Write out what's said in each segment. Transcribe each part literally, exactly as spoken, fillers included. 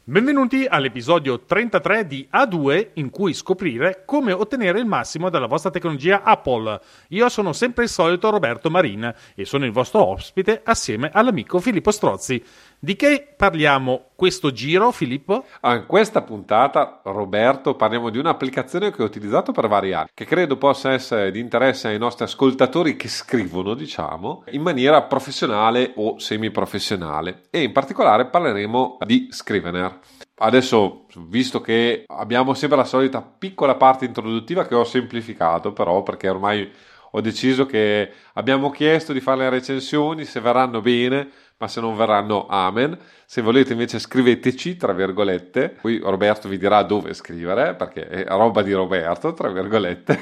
Benvenuti all'episodio trentatré di A due, in cui scoprire come ottenere il massimo dalla vostra tecnologia Apple. Io sono sempre il solito Roberto Marin e sono il vostro ospite assieme all'amico Filippo Strozzi. Di che parliamo questo giro, Filippo? Ah, in questa puntata, Roberto, parliamo di un'applicazione che ho utilizzato per vari anni, che credo possa essere di interesse ai nostri ascoltatori che scrivono, diciamo, in maniera professionale o semiprofessionale, e in particolare parleremo di Scrivener. Adesso, visto che abbiamo sempre la solita piccola parte introduttiva che ho semplificato, però, perché ormai ho deciso che abbiamo chiesto di fare le recensioni, se verranno bene, ma se non verranno, amen. Se volete invece scriveteci, tra virgolette. Poi Roberto vi dirà dove scrivere, perché è roba di Roberto, tra virgolette.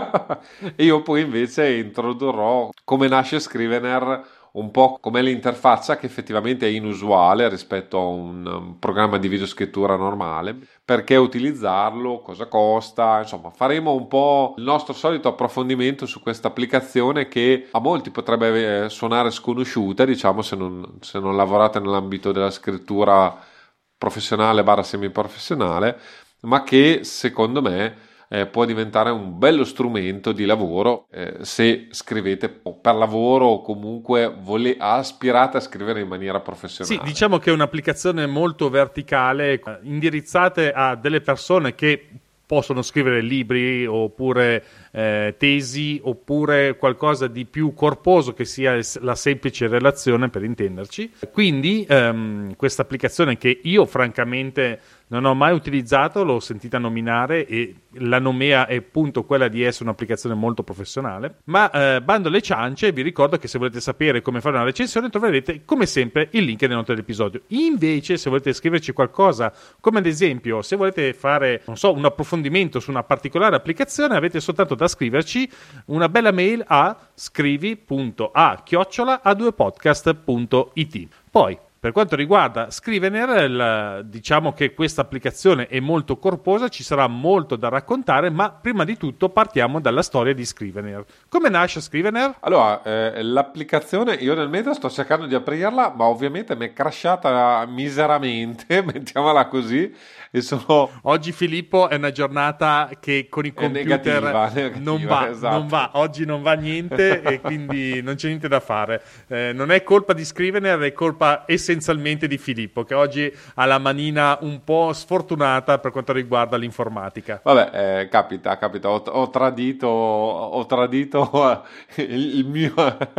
E io poi invece introdurrò come nasce Scrivener, un po' com'è l'interfaccia, che effettivamente è inusuale rispetto a un, un programma di videoscrittura normale, perché utilizzarlo, cosa costa, insomma faremo un po' il nostro solito approfondimento su questa applicazione che a molti potrebbe suonare sconosciuta, diciamo, se non, se non lavorate nell'ambito della scrittura professionale barra semiprofessionale, ma che secondo me Eh, può diventare un bello strumento di lavoro eh, se scrivete per lavoro o comunque vole- aspirate a scrivere in maniera professionale. Sì, diciamo che è un'applicazione molto verticale, indirizzate a delle persone che possono scrivere libri oppure eh, tesi oppure qualcosa di più corposo che sia la semplice relazione, per intenderci. Quindi ehm, questa applicazione, che io francamente non ho mai utilizzato, l'ho sentita nominare e la nomea è appunto quella di essere un'applicazione molto professionale, ma eh, bando alle ciance, vi ricordo che se volete sapere come fare una recensione troverete come sempre il link nelle note dell'episodio. Invece, se volete scriverci qualcosa, come ad esempio se volete fare, non so, un approfondimento su una particolare applicazione, avete soltanto da scriverci una bella mail a scrivi punto a chiocciola a due podcast punto it. Poi, per quanto riguarda Scrivener, il, diciamo che questa applicazione è molto corposa, ci sarà molto da raccontare, ma prima di tutto partiamo dalla storia di Scrivener. Come nasce Scrivener? Allora, eh, l'applicazione, io nel mentre sto cercando di aprirla, ma ovviamente mi è crashata miseramente, mettiamola così, e sono... Oggi, Filippo, è una giornata che con i computer negativa, negativa, non va, esatto. non va, oggi non va niente e quindi non c'è niente da fare. Eh, non è colpa di Scrivener, è colpa essenzialmente di Filippo, che oggi ha la manina un po' sfortunata per quanto riguarda l'informatica. Vabbè, eh, capita, capita, ho, ho tradito, ho tradito il, il mio,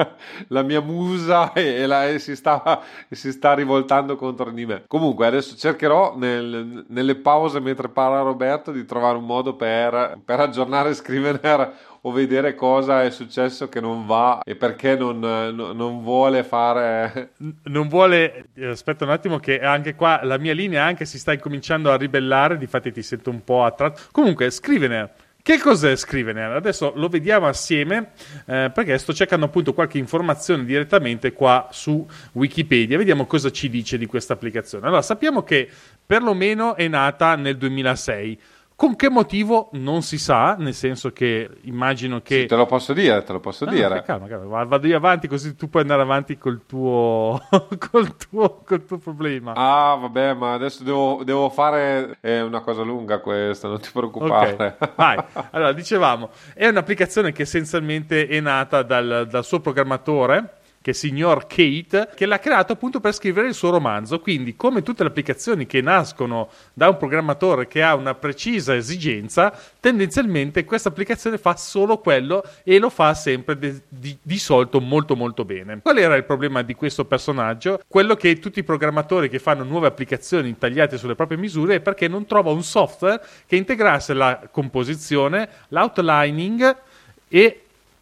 la mia musa e, la, e, si sta, e si sta rivoltando contro di me. Comunque adesso cercherò nel, nelle pause mentre parla Roberto di trovare un modo per, per aggiornare Scrivener o vedere cosa è successo che non va e perché non, non, non vuole fare... Non vuole... Aspetta un attimo che anche qua la mia linea anche si sta incominciando a ribellare, difatti ti sento un po' attratto. Comunque, Scrivener. Che cos'è Scrivener? Adesso lo vediamo assieme eh, perché sto cercando appunto qualche informazione direttamente qua su Wikipedia. Vediamo cosa ci dice di questa applicazione. Allora, sappiamo che perlomeno è nata nel duemilasei. Con che motivo non si sa, nel senso che immagino che... Sì, te lo posso dire, te lo posso ah, dire. Calma, calma, vado io avanti così tu puoi andare avanti col tuo, col tuo, col tuo problema. Ah, vabbè, ma adesso devo, devo fare... È una cosa lunga questa, non ti preoccupare. Ok, vai. Allora, dicevamo, è un'applicazione che essenzialmente è nata dal, dal suo programmatore, che è signor Kate, che l'ha creato appunto per scrivere il suo romanzo. Quindi, come tutte le applicazioni che nascono da un programmatore che ha una precisa esigenza, tendenzialmente questa applicazione fa solo quello e lo fa sempre de- di-, di solito molto molto bene. Qual era il problema di questo personaggio? Quello che tutti i programmatori che fanno nuove applicazioni tagliate sulle proprie misure è perché non trova un software che integrasse la composizione, l'outlining e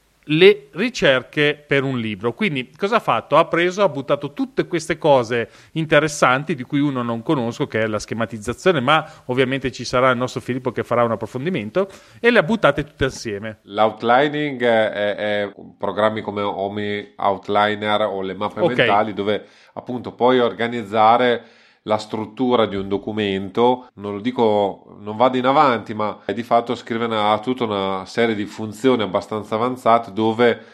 le ricerche per un libro. Quindi cosa ha fatto? Ha preso, ha buttato tutte queste cose interessanti di cui uno non conosco, che è la schematizzazione, ma ovviamente ci sarà il nostro Filippo che farà un approfondimento, e le ha buttate tutte assieme. L'outlining è, è programmi come Omi Outliner o le mappe Okay. mentali, dove appunto puoi organizzare la struttura di un documento. Non lo dico, non vado in avanti, ma di fatto Scrivener ha tutta una serie di funzioni abbastanza avanzate dove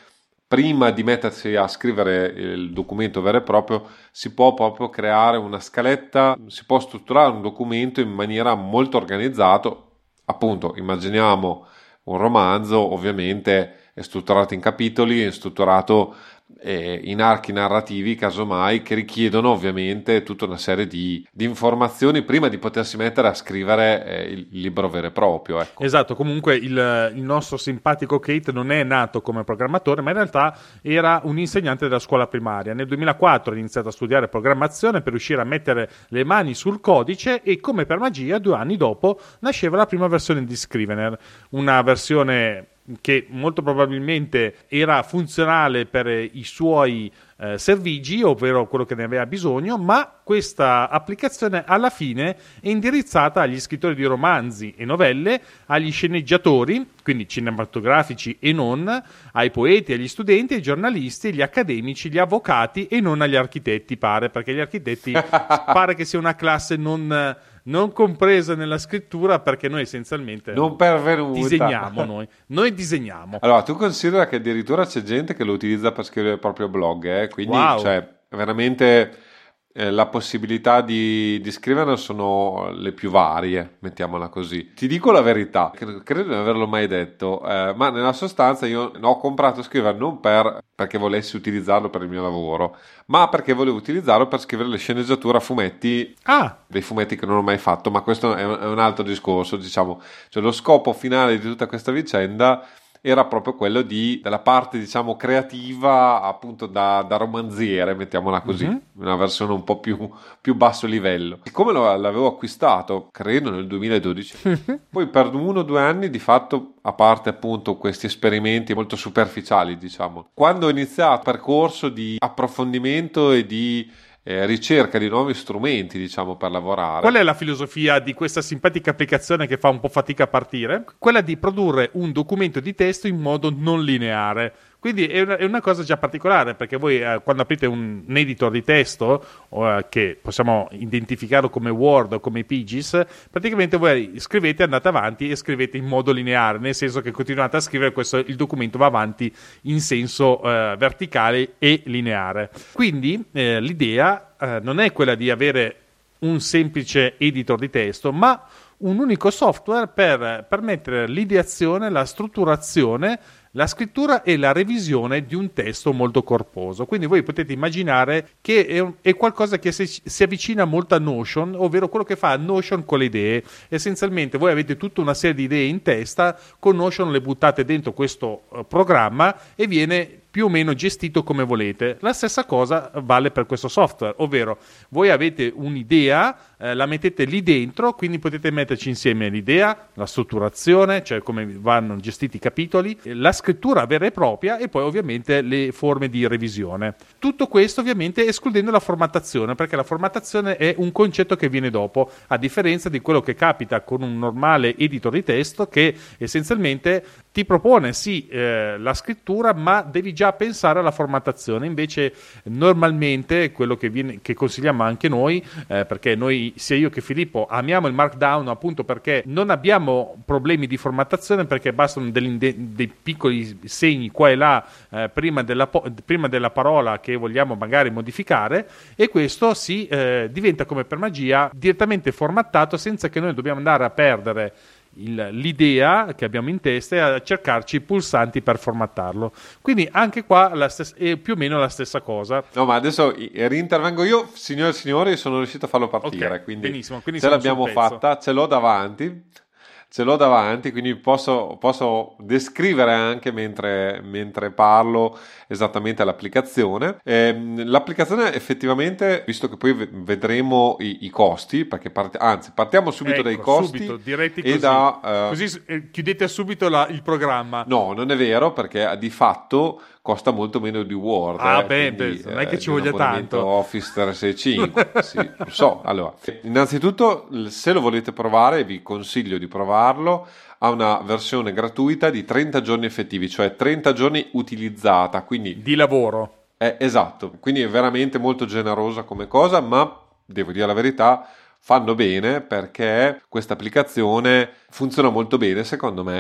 prima di mettersi a scrivere il documento vero e proprio, si può proprio creare una scaletta, si può strutturare un documento in maniera molto organizzata. Appunto, immaginiamo un romanzo, ovviamente è strutturato in capitoli, è strutturato eh, in archi narrativi, casomai, che richiedono ovviamente tutta una serie di, di informazioni prima di potersi mettere a scrivere eh, il libro vero e proprio. Ecco. Esatto, comunque il, il nostro simpatico Kate non è nato come programmatore, ma in realtà era un insegnante della scuola primaria. Nel duemilaquattro ha iniziato a studiare programmazione per riuscire a mettere le mani sul codice e, come per magia, due anni dopo nasceva la prima versione di Scrivener, una versione che molto probabilmente era funzionale per i suoi eh, servigi, ovvero quello che ne aveva bisogno, ma questa applicazione alla fine è indirizzata agli scrittori di romanzi e novelle, agli sceneggiatori, quindi cinematografici e non, ai poeti, agli studenti, ai giornalisti, agli accademici, gli avvocati e non agli architetti, pare, perché gli architetti pare che sia una classe non... non compresa nella scrittura, perché noi essenzialmente non pervenuta. disegniamo noi. Noi disegniamo. Allora, tu considera che addirittura c'è gente che lo utilizza per scrivere il proprio blog, eh? Quindi Wow. cioè, veramente eh, la possibilità di, di scrivere sono le più varie, mettiamola così. Ti dico la verità, credo, credo di non averlo mai detto, eh, ma nella sostanza io ho comprato Scrivener non per, perché volessi utilizzarlo per il mio lavoro, ma perché volevo utilizzarlo per scrivere le sceneggiature a fumetti, Ah, dei fumetti che non ho mai fatto, ma questo è un, è un altro discorso, diciamo. Cioè, lo scopo finale di tutta questa vicenda era proprio quello di, della parte, diciamo, creativa, appunto da, da romanziere, mettiamola così, mm-hmm. una versione un po' più, più basso livello. Siccome lo, l'avevo acquistato, credo nel duemiladodici, poi per uno o due anni, di fatto, a parte appunto questi esperimenti molto superficiali, diciamo, quando ho iniziato il percorso di approfondimento e di Eh, ricerca di nuovi strumenti, diciamo, per lavorare. Qual è la filosofia di questa simpatica applicazione che fa un po' fatica a partire? Quella di produrre un documento di testo in modo non lineare. Quindi è una, è una cosa già particolare, perché voi eh, quando aprite un, un editor di testo, eh, che possiamo identificarlo come Word o come Pages, praticamente voi scrivete, andate avanti e scrivete in modo lineare, nel senso che continuate a scrivere, questo, il documento va avanti in senso eh, verticale e lineare. Quindi eh, l'idea eh, non è quella di avere un semplice editor di testo, ma un unico software per permettere l'ideazione, la strutturazione, la scrittura e la revisione di un testo molto corposo. Quindi voi potete immaginare che è, un, è qualcosa che si, si avvicina molto a Notion, ovvero quello che fa Notion con le idee. Essenzialmente voi avete tutta una serie di idee in testa, con Notion le buttate dentro questo uh, programma e viene più o meno gestito come volete. La stessa cosa vale per questo software, ovvero voi avete un'idea, eh, la mettete lì dentro, quindi potete metterci insieme l'idea, la strutturazione, cioè come vanno gestiti i capitoli, la scrittura vera e propria e poi ovviamente le forme di revisione. Tutto questo ovviamente escludendo la formattazione, perché la formattazione è un concetto che viene dopo, a differenza di quello che capita con un normale editor di testo che essenzialmente ti propone sì eh, la scrittura, ma devi già pensare alla formattazione. Invece normalmente quello che, viene, che consigliamo anche noi, eh, perché noi sia io che Filippo amiamo il Markdown appunto perché non abbiamo problemi di formattazione, perché bastano degli, dei piccoli segni qua e là eh, prima, della, prima della parola che vogliamo magari modificare, e questo si eh, diventa come per magia direttamente formattato senza che noi dobbiamo andare a perdere Il, l'idea che abbiamo in testa e a cercarci i pulsanti per formattarlo. Quindi anche qua la stessa, è più o meno la stessa cosa. No, ma adesso rintervengo io, signore e signori, sono riuscito a farlo partire, okay, quindi, benissimo, quindi ce l'abbiamo fatta, ce l'ho davanti ce l'ho davanti, quindi posso, posso descrivere anche mentre, mentre parlo esattamente l'applicazione. Eh, l'applicazione effettivamente, visto che poi vedremo i, i costi, perché part- anzi partiamo subito ecco, dai costi subito, diretti e così, da, uh, così eh, chiudete subito la, il programma. No, non è vero, perché di fatto costa molto meno di Word. Ah, eh, beh, quindi, beh, non è che eh, ci voglia tanto. Office trecentosessantacinque, sì, lo so. Allora, innanzitutto, se lo volete provare, vi consiglio di provarlo. Ha una versione gratuita di trenta giorni effettivi, cioè trenta giorni utilizzata, quindi di lavoro. Eh, esatto, quindi è veramente molto generosa come cosa, ma devo dire la verità, fanno bene, perché questa applicazione funziona molto bene, secondo me,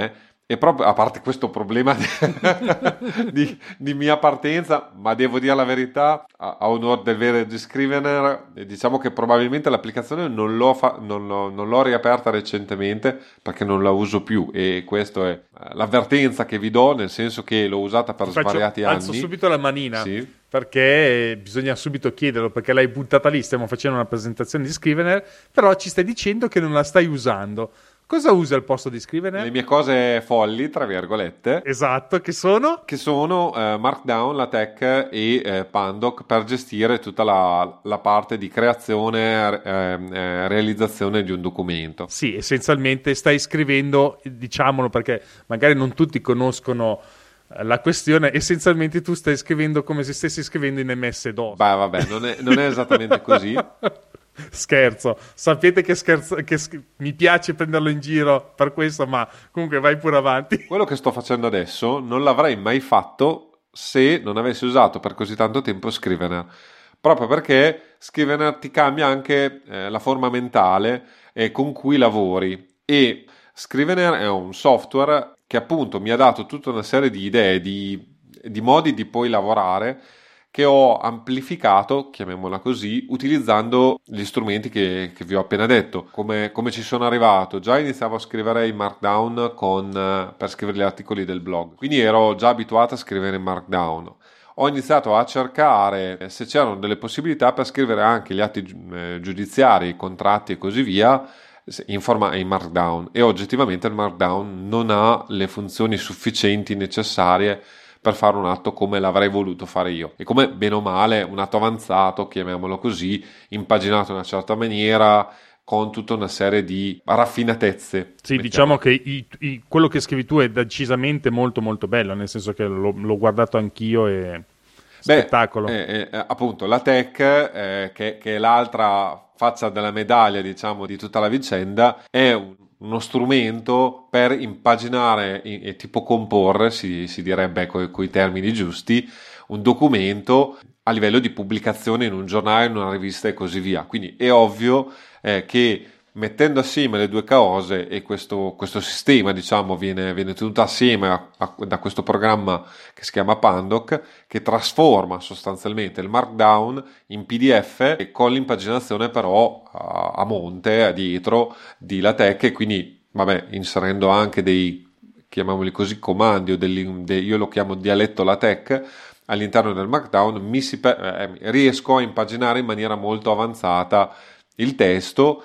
E proprio a parte questo problema di, di, di mia partenza, ma devo dire la verità, a, a onor del vero di Scrivener, diciamo che probabilmente l'applicazione non l'ho, fa, non, l'ho, non l'ho riaperta recentemente perché non la uso più, e questa è l'avvertenza che vi do, nel senso che l'ho usata per Faccio, svariati alzo anni. subito la manina, sì. Perché bisogna subito chiederlo, perché l'hai buttata lì, stiamo facendo una presentazione di Scrivener, però ci stai dicendo che non la stai usando. Cosa usi al posto di Scrivener? Le mie cose folli, tra virgolette. Esatto, che sono? Che sono eh, Markdown, LaTeX e eh, Pandoc, per gestire tutta la, la parte di creazione e eh, eh, realizzazione di un documento. Sì, essenzialmente stai scrivendo, diciamolo perché magari non tutti conoscono la questione, essenzialmente tu stai scrivendo come se stessi scrivendo in M S DOS. Beh, vabbè, non è, non è esattamente così. Scherzo, sapete che, scherzo, che sch- mi piace prenderlo in giro per questo, ma comunque vai pure avanti. Quello che sto facendo adesso non l'avrei mai fatto se non avessi usato per così tanto tempo Scrivener, proprio perché Scrivener ti cambia anche eh, la forma mentale eh, con cui lavori, e Scrivener è un software che appunto mi ha dato tutta una serie di idee, di, di modi di poi lavorare, che ho amplificato, chiamiamola così, utilizzando gli strumenti che, che vi ho appena detto. Come, come ci sono arrivato? Già iniziavo a scrivere in Markdown con, per scrivere gli articoli del blog, quindi ero già abituato a scrivere in Markdown. Ho iniziato a cercare se c'erano delle possibilità per scrivere anche gli atti giudiziari, i contratti e così via, in forma in Markdown, e oggettivamente il Markdown non ha le funzioni sufficienti necessarie per fare un atto come l'avrei voluto fare io, e come bene o male un atto avanzato, chiamiamolo così, impaginato in una certa maniera, con tutta una serie di raffinatezze. Sì, mettiamo. Diciamo che i, i, quello che scrivi tu è decisamente molto molto bello, nel senso che l'ho, l'ho guardato anch'io e spettacolo. Beh, eh, eh, appunto LaTeX, eh, che, che è l'altra faccia della medaglia, diciamo, di tutta la vicenda, è un uno strumento per impaginare e tipo comporre, si, si direbbe con i termini giusti, un documento a livello di pubblicazione in un giornale, in una rivista e così via. Quindi è ovvio eh, che mettendo assieme le due cose, e questo, questo sistema, diciamo, viene, viene tenuto assieme a, a, da questo programma che si chiama Pandoc, che trasforma sostanzialmente il Markdown in P D F, e con l'impaginazione però a, a monte, dietro, di LaTeX, e quindi, vabbè, inserendo anche dei, chiamiamoli così, comandi, o degli, de, io lo chiamo dialetto LaTeX, all'interno del Markdown, mi si, eh, riesco a impaginare in maniera molto avanzata il testo,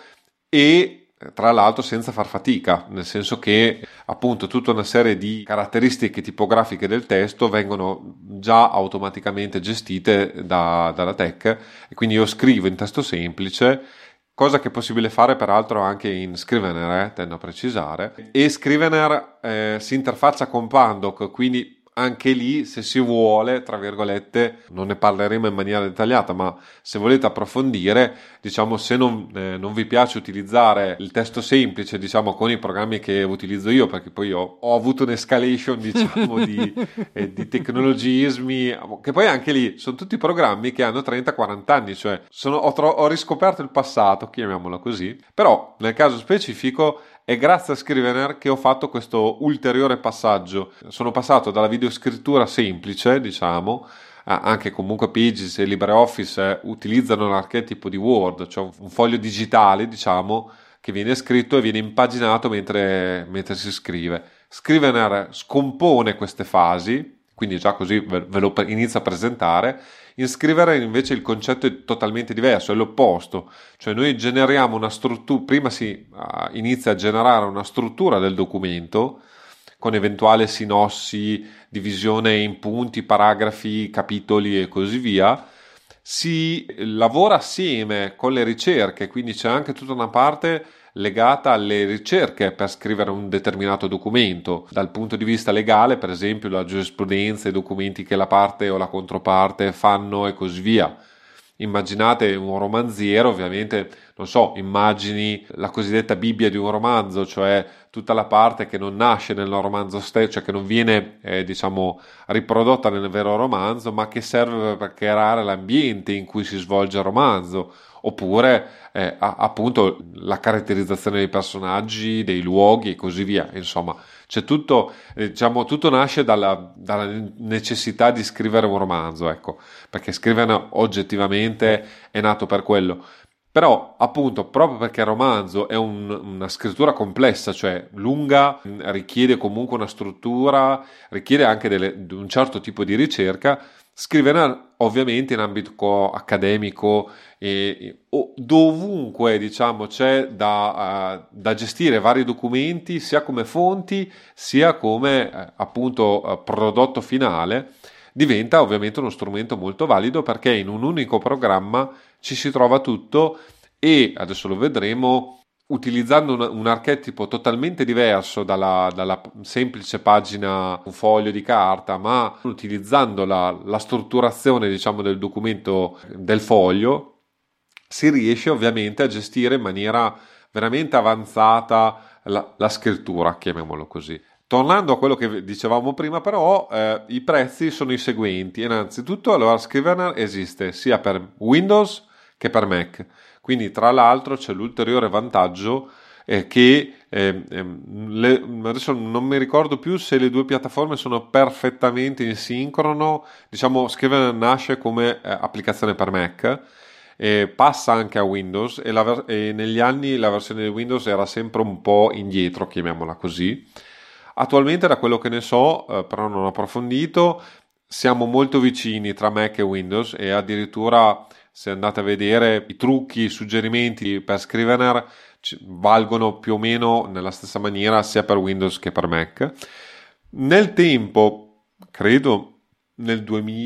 e tra l'altro senza far fatica, nel senso che appunto tutta una serie di caratteristiche tipografiche del testo vengono già automaticamente gestite da, da LaTeX, e quindi io scrivo in testo semplice, cosa che è possibile fare peraltro anche in Scrivener, eh, tendo a precisare, e Scrivener eh, si interfaccia con Pandoc, quindi anche lì, se si vuole, tra virgolette, non ne parleremo in maniera dettagliata, ma se volete approfondire, diciamo, se non, eh, non vi piace utilizzare il testo semplice, diciamo, con i programmi che utilizzo io, perché poi ho, ho avuto un'escalation, diciamo, di, eh, di tecnologismi, che poi anche lì sono tutti programmi che hanno trenta quaranta anni, cioè sono, ho, tro- ho riscoperto il passato, chiamiamolo così, però nel caso specifico è grazie a Scrivener che ho fatto questo ulteriore passaggio. Sono passato dalla videoscrittura semplice, diciamo, anche comunque Pages e LibreOffice eh, utilizzano l'archetipo di Word, cioè un foglio digitale, diciamo, che viene scritto e viene impaginato mentre, mentre si scrive. Scrivener scompone queste fasi, quindi già così ve, ve lo inizio a presentare. In Scrivener invece il concetto è totalmente diverso, è l'opposto, cioè noi generiamo una struttura, prima si uh, inizia a generare una struttura del documento con eventuale sinossi, divisione in punti, paragrafi, capitoli e così via. Si lavora assieme con le ricerche, quindi c'è anche tutta una parte legata alle ricerche per scrivere un determinato documento. Dal punto di vista legale, per esempio, la giurisprudenza, i documenti che la parte o la controparte fanno e così via. Immaginate un romanziere, ovviamente non so, immagini la cosiddetta Bibbia di un romanzo, cioè tutta la parte che non nasce nel romanzo stesso, cioè che non viene eh, diciamo riprodotta nel vero romanzo, ma che serve per creare l'ambiente in cui si svolge il romanzo, oppure eh, a, appunto la caratterizzazione dei personaggi, dei luoghi e così via. Insomma, c'è tutto, eh, diciamo, tutto nasce dalla, dalla necessità di scrivere un romanzo, ecco, perché scrivere oggettivamente è nato per quello. Però, appunto, proprio perché il romanzo è un, una scrittura complessa, cioè lunga, richiede comunque una struttura, richiede anche delle, un certo tipo di ricerca, scrivere ovviamente in ambito accademico e, o dovunque, diciamo, c'è da, uh, da gestire vari documenti, sia come fonti, sia come uh, appunto uh, prodotto finale, diventa ovviamente uno strumento molto valido perché in un unico programma ci si trova tutto e, adesso lo vedremo, utilizzando un, un archetipo totalmente diverso dalla, dalla semplice pagina, un foglio di carta, ma utilizzando la, la strutturazione, diciamo, del documento, del foglio, si riesce ovviamente a gestire in maniera veramente avanzata la, la scrittura, chiamiamolo così. Tornando a quello che dicevamo prima, però, eh, i prezzi sono i seguenti. Innanzitutto, allora, Scrivener esiste sia per Windows che per Mac. Quindi, tra l'altro, c'è l'ulteriore vantaggio eh, che eh, le, adesso non mi ricordo più se le due piattaforme sono perfettamente in sincrono. Diciamo, Scrivener nasce come eh, applicazione per Mac. E passa anche a Windows e, la, e negli anni la versione di Windows era sempre un po' indietro, chiamiamola così. Attualmente, da quello che ne so, eh, però non ho approfondito, siamo molto vicini tra Mac e Windows e addirittura se andate a vedere i trucchi, i suggerimenti per Scrivener valgono più o meno nella stessa maniera sia per Windows che per Mac. Nel tempo, credo nel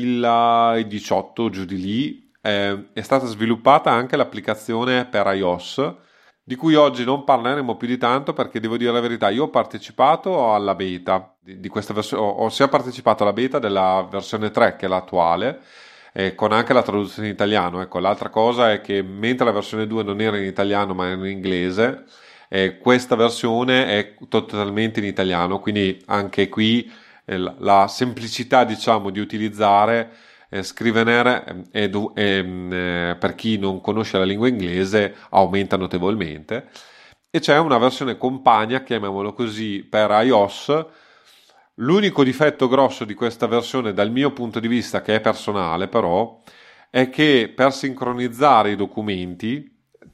duemiladiciotto, giù di lì, eh, è stata sviluppata anche l'applicazione per iOS, di cui oggi non parleremo più di tanto perché devo dire la verità, io ho partecipato alla beta di, di questa versione, ho, ho sia partecipato alla beta della versione tre che è l'attuale, eh, con anche la traduzione in italiano. Ecco, l'altra cosa è che mentre la versione due non era in italiano ma era in inglese, eh, questa versione è totalmente in italiano, quindi anche qui eh, la, la semplicità, diciamo, di utilizzare Eh, Scrivener eh, eh, eh, per chi non conosce la lingua inglese aumenta notevolmente e c'è una versione compagna, chiamiamolo così, per iOS. L'unico difetto grosso di questa versione dal mio punto di vista, che è personale però, è che per sincronizzare i documenti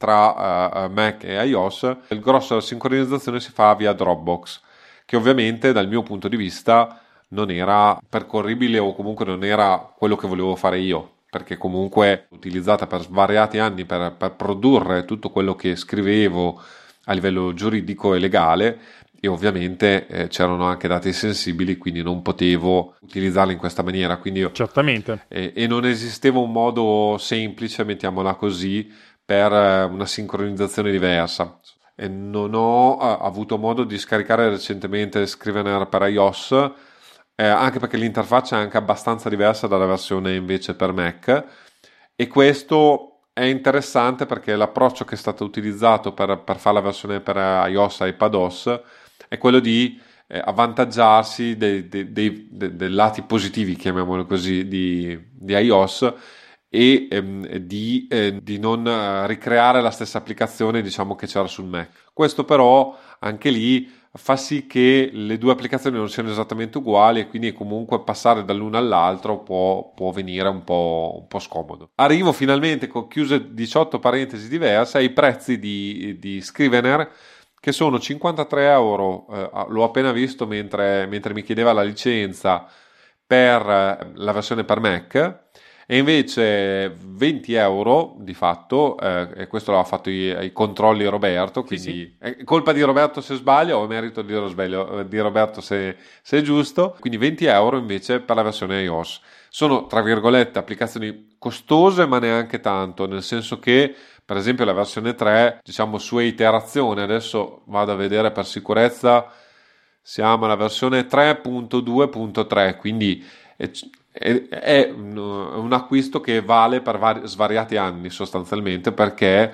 tra uh, Mac e iOS il grosso della sincronizzazione si fa via Dropbox, che ovviamente dal mio punto di vista non era percorribile o comunque non era quello che volevo fare io, perché comunque utilizzata per svariati anni per, per produrre tutto quello che scrivevo a livello giuridico e legale e ovviamente eh, c'erano anche dati sensibili, quindi non potevo utilizzarli in questa maniera, quindi io, certamente eh, e non esisteva un modo semplice, mettiamola così, per eh, una sincronizzazione diversa. E non ho eh, avuto modo di scaricare recentemente Scrivener per iOS, Eh, anche perché l'interfaccia è anche abbastanza diversa dalla versione invece per Mac e questo è interessante perché l'approccio che è stato utilizzato per, per fare la versione per iOS e iPadOS è quello di eh, avvantaggiarsi dei, dei, dei, dei, dei lati positivi, chiamiamolo così, di, di iOS e ehm, di, eh, di non ricreare la stessa applicazione, diciamo, che c'era sul Mac. Questo però anche lì fa sì che le due applicazioni non siano esattamente uguali e quindi comunque passare dall'uno all'altro può, può venire un po', un po' scomodo. Arrivo finalmente, con chiuse diciotto parentesi diverse, ai prezzi di, di Scrivener, che sono cinquantatré euro, eh, l'ho appena visto mentre, mentre mi chiedeva la licenza per la versione per Mac, e invece venti euro di fatto, eh, e questo l'ha fatto i, i controlli Roberto, quindi sì, sì. È colpa di Roberto se sbaglio o merito di, Rosbelio, di Roberto se, se è giusto, quindi venti euro invece per la versione iOS. Sono, tra virgolette, applicazioni costose ma neanche tanto, nel senso che per esempio la versione tre, diciamo sua iterazione, adesso vado a vedere per sicurezza, siamo alla versione tre punto due punto tre, quindi è, è un acquisto che vale per vari, svariati anni sostanzialmente, perché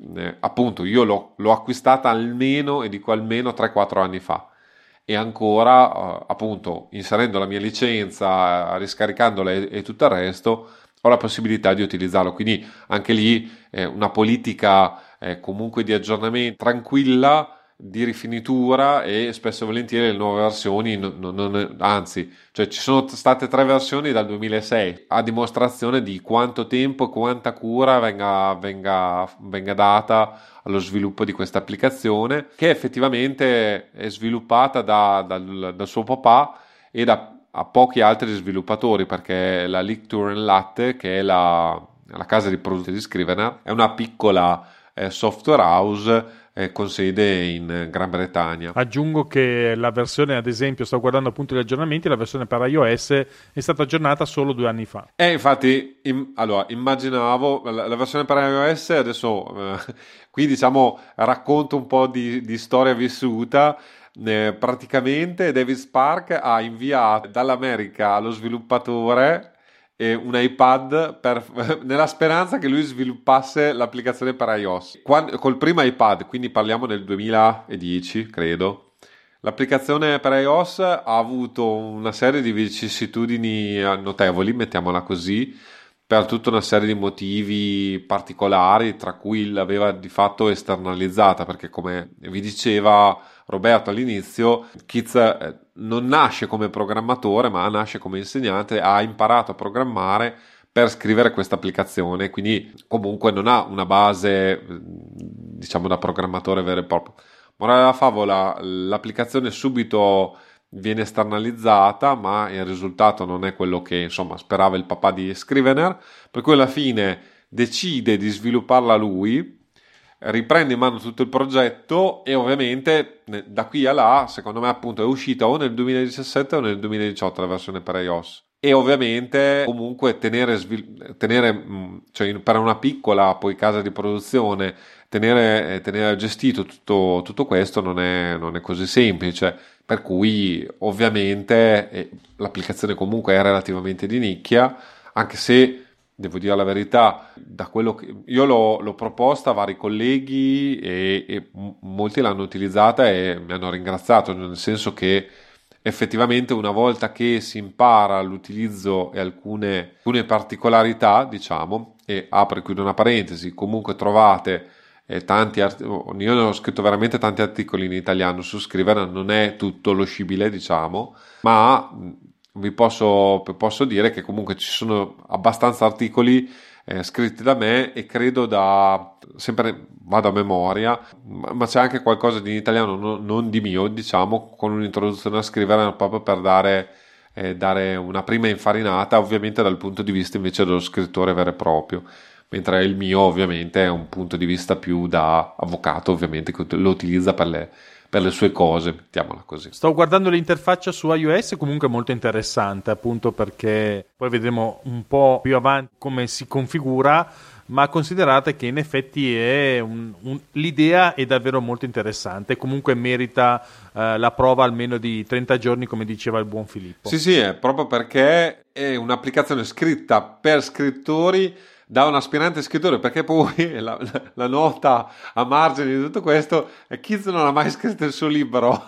eh, appunto io l'ho, l'ho acquistata almeno, e dico almeno tre quattro anni fa, e ancora eh, appunto inserendo la mia licenza, riscaricandola e, e tutto il resto ho la possibilità di utilizzarlo, quindi anche lì eh, una politica eh, comunque di aggiornamento tranquilla, di rifinitura, e spesso e volentieri le nuove versioni non, non, non, anzi, cioè ci sono state tre versioni dal duemilasei, a dimostrazione di quanto tempo e quanta cura venga, venga, venga data allo sviluppo di questa applicazione, che effettivamente è sviluppata da, dal, dal suo papà e da a pochi altri sviluppatori, perché la Licture and Latte, che è la, la casa di produzione di Scrivener, è una piccola eh, software house eh, con sede in Gran Bretagna. Aggiungo che la versione, ad esempio, sto guardando appunto gli aggiornamenti, la versione per iOS è stata aggiornata solo due anni fa. E infatti, im, allora, immaginavo la, la versione per iOS, adesso eh, qui diciamo racconto un po' di, di storia vissuta. Eh, praticamente David Spark ha inviato dall'America allo sviluppatore eh, un iPad per, nella speranza che lui sviluppasse l'applicazione per iOS. Quando, col primo iPad, quindi parliamo del duemiladieci, credo, l'applicazione per iOS ha avuto una serie di vicissitudini notevoli, mettiamola così, per tutta una serie di motivi particolari, tra cui l'aveva di fatto esternalizzata, perché come vi diceva Roberto all'inizio, Kiz eh, non nasce come programmatore, ma nasce come insegnante, ha imparato a programmare per scrivere questa applicazione, quindi comunque non ha una base, diciamo, da programmatore vero e proprio. Morale della favola, l'applicazione subito viene esternalizzata, ma il risultato non è quello che insomma sperava il papà di Scrivener, per cui alla fine decide di svilupparla lui, riprende in mano tutto il progetto, e ovviamente da qui a là secondo me appunto è uscita o nel duemiladiciassette o nel duemiladiciotto la versione per iOS, e ovviamente comunque tenere, tenere cioè per una piccola poi casa di produzione tenere, tenere gestito tutto, tutto questo non è, non è così semplice, per cui ovviamente eh, l'applicazione comunque è relativamente di nicchia, anche se devo dire la verità, da quello che io l'ho, l'ho proposta a vari colleghi e, e molti l'hanno utilizzata e mi hanno ringraziato, nel senso che effettivamente una volta che si impara l'utilizzo e alcune, alcune particolarità, diciamo, e apro e chiudo una parentesi, comunque trovate eh, tanti art- io ne ho scritto veramente tanti articoli in italiano su Scrivener, non è tutto lo scibile, diciamo, ma vi posso, posso dire che comunque ci sono abbastanza articoli eh, scritti da me, e credo da, sempre vado a memoria, ma, ma c'è anche qualcosa di in italiano, no, non di mio, diciamo, con un'introduzione a Scrivener proprio per dare, eh, dare una prima infarinata, ovviamente dal punto di vista invece dello scrittore vero e proprio, mentre il mio ovviamente è un punto di vista più da avvocato, ovviamente, che lo utilizza per le per le sue cose, mettiamola così. Sto guardando l'interfaccia su iOS, comunque molto interessante, appunto perché poi vedremo un po' più avanti come si configura, ma considerate che in effetti è un, un, l'idea è davvero molto interessante, comunque merita eh, la prova almeno di trenta giorni, come diceva il buon Filippo. Sì, sì, è proprio perché è un'applicazione scritta per scrittori da un aspirante scrittore, perché poi la, la, la nota a margine di tutto questo è che Kiz non ha mai scritto il suo libro.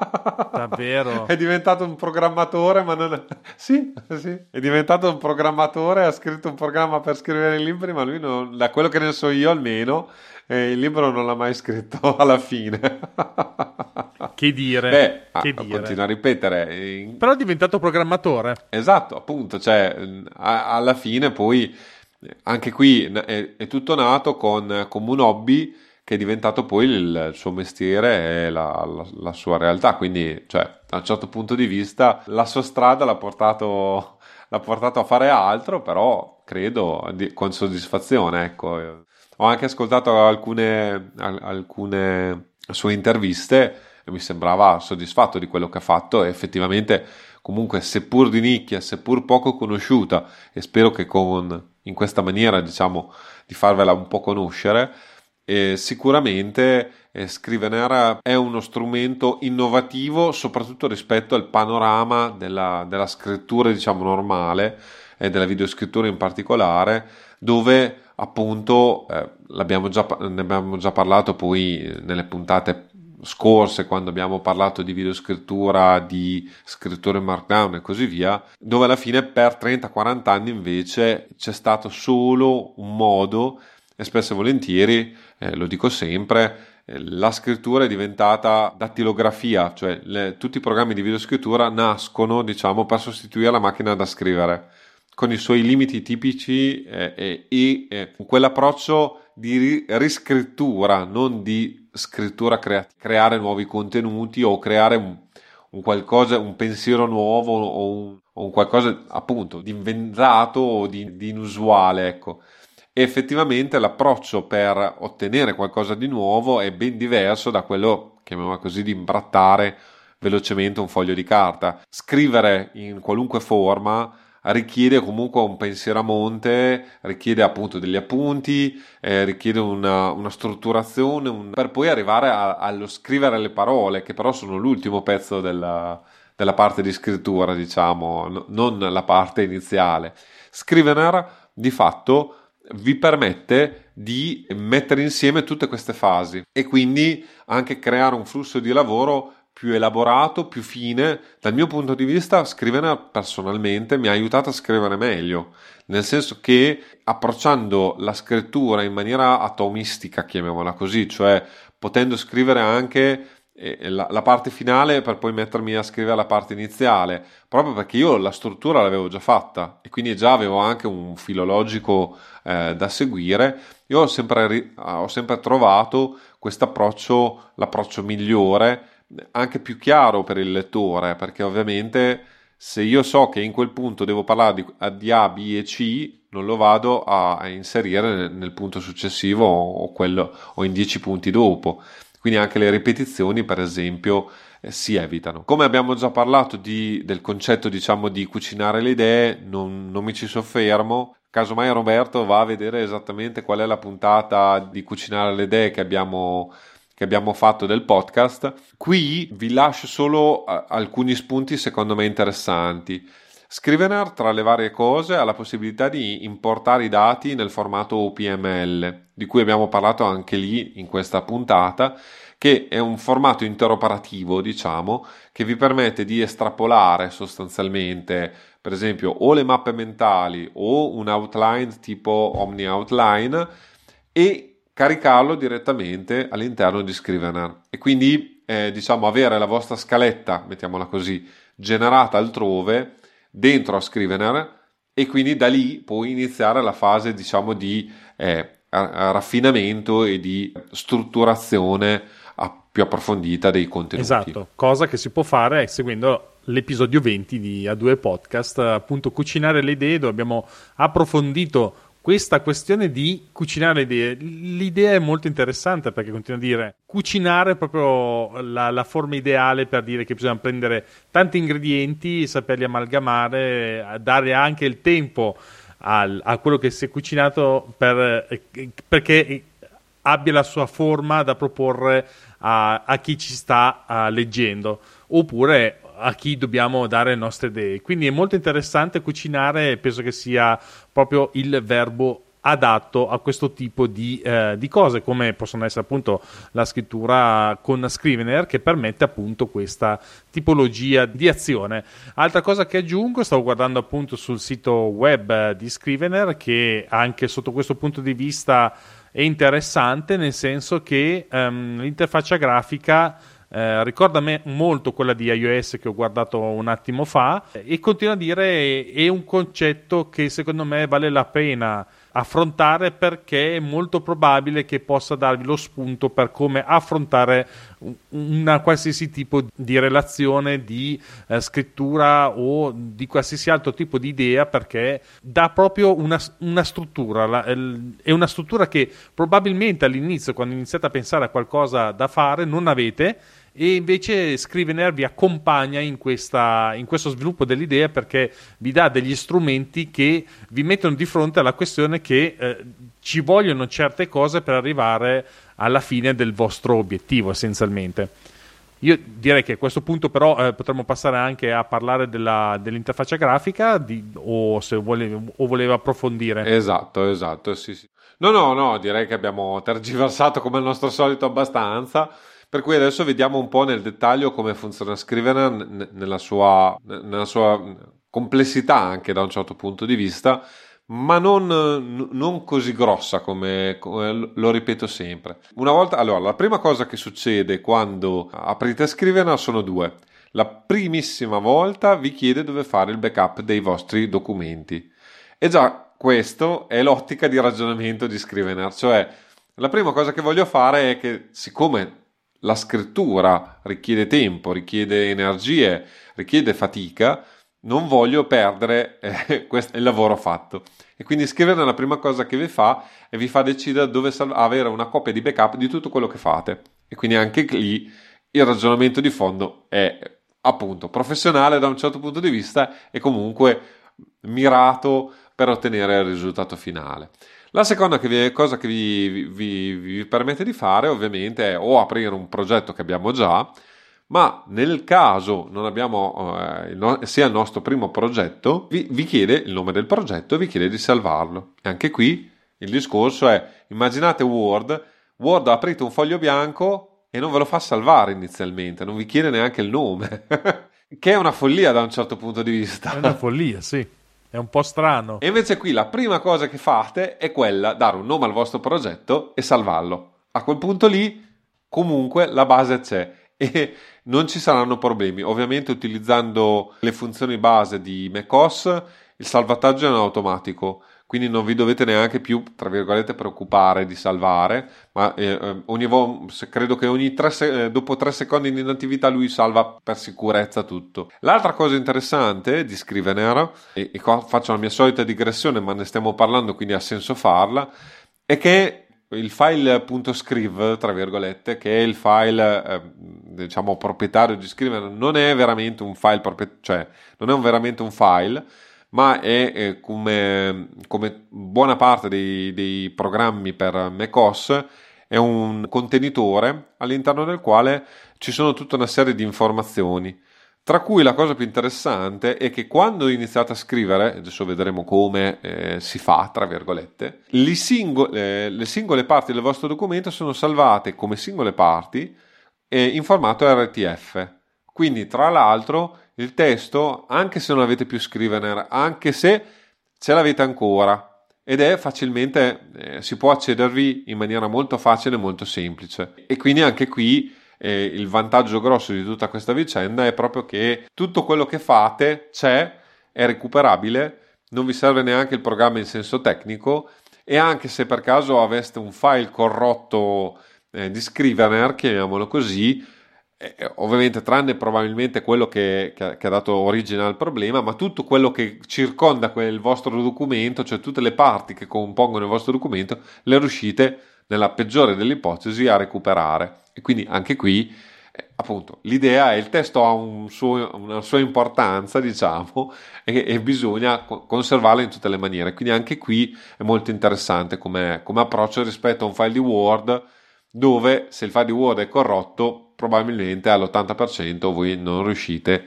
Davvero? È diventato un programmatore, ma non è... sì, sì, è diventato un programmatore, ha scritto un programma per scrivere i libri, ma lui non, da quello che ne so io almeno, eh, il libro non l'ha mai scritto alla fine. Che dire? Beh, che ah, dire. Continuo a ripetere. Però è diventato programmatore. Esatto, appunto, cioè a, alla fine poi anche qui è, è tutto nato con, come un hobby che è diventato poi il, il suo mestiere e la, la, la sua realtà, quindi cioè, da un certo punto di vista la sua strada l'ha portato, l'ha portato a fare altro, però credo di, con soddisfazione, ecco. Ho anche ascoltato alcune, alcune sue interviste e mi sembrava soddisfatto di quello che ha fatto, e effettivamente comunque seppur di nicchia, seppur poco conosciuta, e spero che con in questa maniera diciamo di farvela un po' conoscere, e sicuramente eh, Scrivener è uno strumento innovativo soprattutto rispetto al panorama della, della scrittura diciamo normale e della videoscrittura in particolare, dove appunto eh, l'abbiamo già, ne abbiamo già parlato poi nelle puntate scorse, quando abbiamo parlato di videoscrittura, di scrittura in Markdown e così via, dove alla fine per trenta quaranta anni invece c'è stato solo un modo, e spesso e volentieri, eh, lo dico sempre, eh, la scrittura è diventata dattilografia, cioè le, tutti i programmi di videoscrittura nascono, diciamo, per sostituire la macchina da scrivere, con i suoi limiti tipici eh, eh, e eh, quell'approccio di ri- riscrittura, non di scrittura creativa, creare nuovi contenuti o creare un, un qualcosa, un pensiero nuovo o un, o un qualcosa appunto di inventato o di, di inusuale, ecco. E effettivamente l'approccio per ottenere qualcosa di nuovo è ben diverso da quello, chiamiamola così, di imbrattare velocemente un foglio di carta. Scrivere in qualunque forma richiede comunque un pensiero a monte, richiede appunto degli appunti, eh, richiede una, una strutturazione un... per poi arrivare a, allo scrivere le parole, che però sono l'ultimo pezzo della, della parte di scrittura, diciamo, no, non la parte iniziale. Scrivener di fatto vi permette di mettere insieme tutte queste fasi e quindi anche creare un flusso di lavoro più elaborato, più fine. Dal mio punto di vista, Scrivener personalmente mi ha aiutato a scrivere meglio, nel senso che approcciando la scrittura in maniera atomistica, chiamiamola così, cioè potendo scrivere anche eh, la, la parte finale per poi mettermi a scrivere la parte iniziale, proprio perché io la struttura l'avevo già fatta e quindi già avevo anche un filo logico eh, da seguire. Io ho sempre, ho sempre trovato questo approccio, l'approccio migliore, anche più chiaro per il lettore, perché ovviamente se io so che in quel punto devo parlare di, di A, B e C, non lo vado a, a inserire nel, nel punto successivo o, quello, o in dieci punti dopo. Quindi anche le ripetizioni, per esempio, eh, si evitano. Come abbiamo già parlato di, del concetto, diciamo, di cucinare le idee, non, non mi ci soffermo. Casomai Roberto va a vedere esattamente qual è la puntata di cucinare le idee che abbiamo che abbiamo fatto del podcast. Qui vi lascio solo uh, alcuni spunti secondo me interessanti. Scrivener, tra le varie cose, ha la possibilità di importare i dati nel formato O P M L, di cui abbiamo parlato anche lì in questa puntata, che è un formato interoperativo, diciamo, che vi permette di estrapolare sostanzialmente, per esempio, o le mappe mentali o un outline tipo Omni Outline e caricarlo direttamente all'interno di Scrivener e quindi eh, diciamo avere la vostra scaletta, mettiamola così, generata altrove dentro a Scrivener e quindi da lì poi iniziare la fase, diciamo, di eh, raffinamento e di strutturazione a, più approfondita dei contenuti. Esatto, cosa che si può fare seguendo l'episodio venti di A due Podcast, appunto cucinare le idee, dove abbiamo approfondito questa questione di cucinare idee. L'idea è molto interessante perché continua a dire cucinare è proprio la, la forma ideale per dire che bisogna prendere tanti ingredienti, saperli amalgamare, dare anche il tempo al, a quello che si è cucinato per, perché abbia la sua forma da proporre a, a chi ci sta uh, leggendo, oppure a chi dobbiamo dare le nostre idee. Quindi è molto interessante cucinare, penso che sia proprio il verbo adatto a questo tipo di, eh, di cose, come possono essere appunto la scrittura con Scrivener, che permette appunto questa tipologia di azione. Altra cosa che aggiungo, stavo guardando appunto sul sito web di Scrivener, che anche sotto questo punto di vista è interessante, nel senso che um, l'interfaccia grafica Eh, ricorda me molto quella di iOS che ho guardato un attimo fa e continua a dire è, è un concetto che secondo me vale la pena affrontare, perché è molto probabile che possa darvi lo spunto per come affrontare una qualsiasi tipo di relazione, di eh, scrittura o di qualsiasi altro tipo di idea, perché dà proprio una, una struttura. La, el, è una struttura che probabilmente all'inizio, quando iniziate a pensare a qualcosa da fare, non avete, e invece Scrivener vi accompagna in, questa, in questo sviluppo dell'idea, perché vi dà degli strumenti che vi mettono di fronte alla questione che eh, ci vogliono certe cose per arrivare alla fine del vostro obiettivo, essenzialmente. Io direi che a questo punto però eh, potremmo passare anche a parlare della, dell'interfaccia grafica di, o se voleva, o voleva approfondire. Esatto, esatto, sì, sì. No, no, no, direi che abbiamo tergiversato come al nostro solito abbastanza, per cui adesso vediamo un po' nel dettaglio come funziona Scrivener n- nella sua, nella sua complessità anche da un certo punto di vista, ma non, n- non così grossa come, come lo ripeto sempre. Una volta, allora, la prima cosa che succede quando aprite Scrivener sono due. La primissima volta vi chiede dove fare il backup dei vostri documenti. E già questo è l'ottica di ragionamento di Scrivener, cioè la prima cosa che voglio fare è che, siccome la scrittura richiede tempo, richiede energie, richiede fatica, non voglio perdere eh, questo, il lavoro fatto. E quindi Scrivener la prima cosa che vi fa è vi fa decidere dove salv- avere una copia di backup di tutto quello che fate. E quindi anche lì il ragionamento di fondo è appunto professionale da un certo punto di vista e comunque mirato per ottenere il risultato finale. La seconda che vi, cosa che vi, vi, vi permette di fare ovviamente è o aprire un progetto che abbiamo già, ma nel caso non abbiamo eh, il no- sia il nostro primo progetto, vi, vi chiede il nome del progetto e vi chiede di salvarlo. E anche qui il discorso è: immaginate Word, Word aprite un foglio bianco e non ve lo fa salvare inizialmente, non vi chiede neanche il nome, che è una follia da un certo punto di vista. È una follia, sì. È un po' strano. E invece qui la prima cosa che fate è quella, dare un nome al vostro progetto e salvarlo. A quel punto lì, comunque, la base c'è e non ci saranno problemi. Ovviamente utilizzando le funzioni base di macOS, il salvataggio è in automatico, quindi non vi dovete neanche più, tra virgolette, preoccupare di salvare, ma eh, ogni vo- credo che ogni tre se- dopo tre secondi di inattività lui salva per sicurezza tutto. L'altra cosa interessante di Scrivener, e, e qua faccio la mia solita digressione, ma ne stiamo parlando quindi ha senso farla, è che il file.scriv, tra virgolette, che è il file eh, diciamo proprietario di Scrivener, non è veramente un file proprio, cioè non è un, veramente un file, ma è eh, come, come buona parte dei, dei programmi per macOS, è un contenitore all'interno del quale ci sono tutta una serie di informazioni, tra cui la cosa più interessante è che quando iniziate a scrivere, adesso vedremo come eh, si fa, tra virgolette, le, singo- eh, le singole parti del vostro documento sono salvate come singole parti eh, in formato R T F. Quindi, tra l'altro, il testo, anche se non avete più Scrivener, anche se ce l'avete ancora, ed è facilmente, eh, si può accedervi in maniera molto facile e molto semplice. E quindi anche qui eh, il vantaggio grosso di tutta questa vicenda è proprio che tutto quello che fate c'è, è recuperabile, non vi serve neanche il programma in senso tecnico, e anche se per caso aveste un file corrotto eh, di Scrivener, chiamiamolo così, eh, ovviamente tranne probabilmente quello che, che, che ha dato origine al problema, ma tutto quello che circonda quel vostro documento, cioè tutte le parti che compongono il vostro documento, le riuscite nella peggiore delle ipotesi a recuperare. E quindi anche qui eh, appunto l'idea è: il testo ha un suo, una sua importanza, diciamo, e, e bisogna co- conservarla in tutte le maniere. Quindi anche qui è molto interessante come, come approccio rispetto a un file di Word, dove se il file di Word è corrotto probabilmente all'ottanta per cento voi non riuscite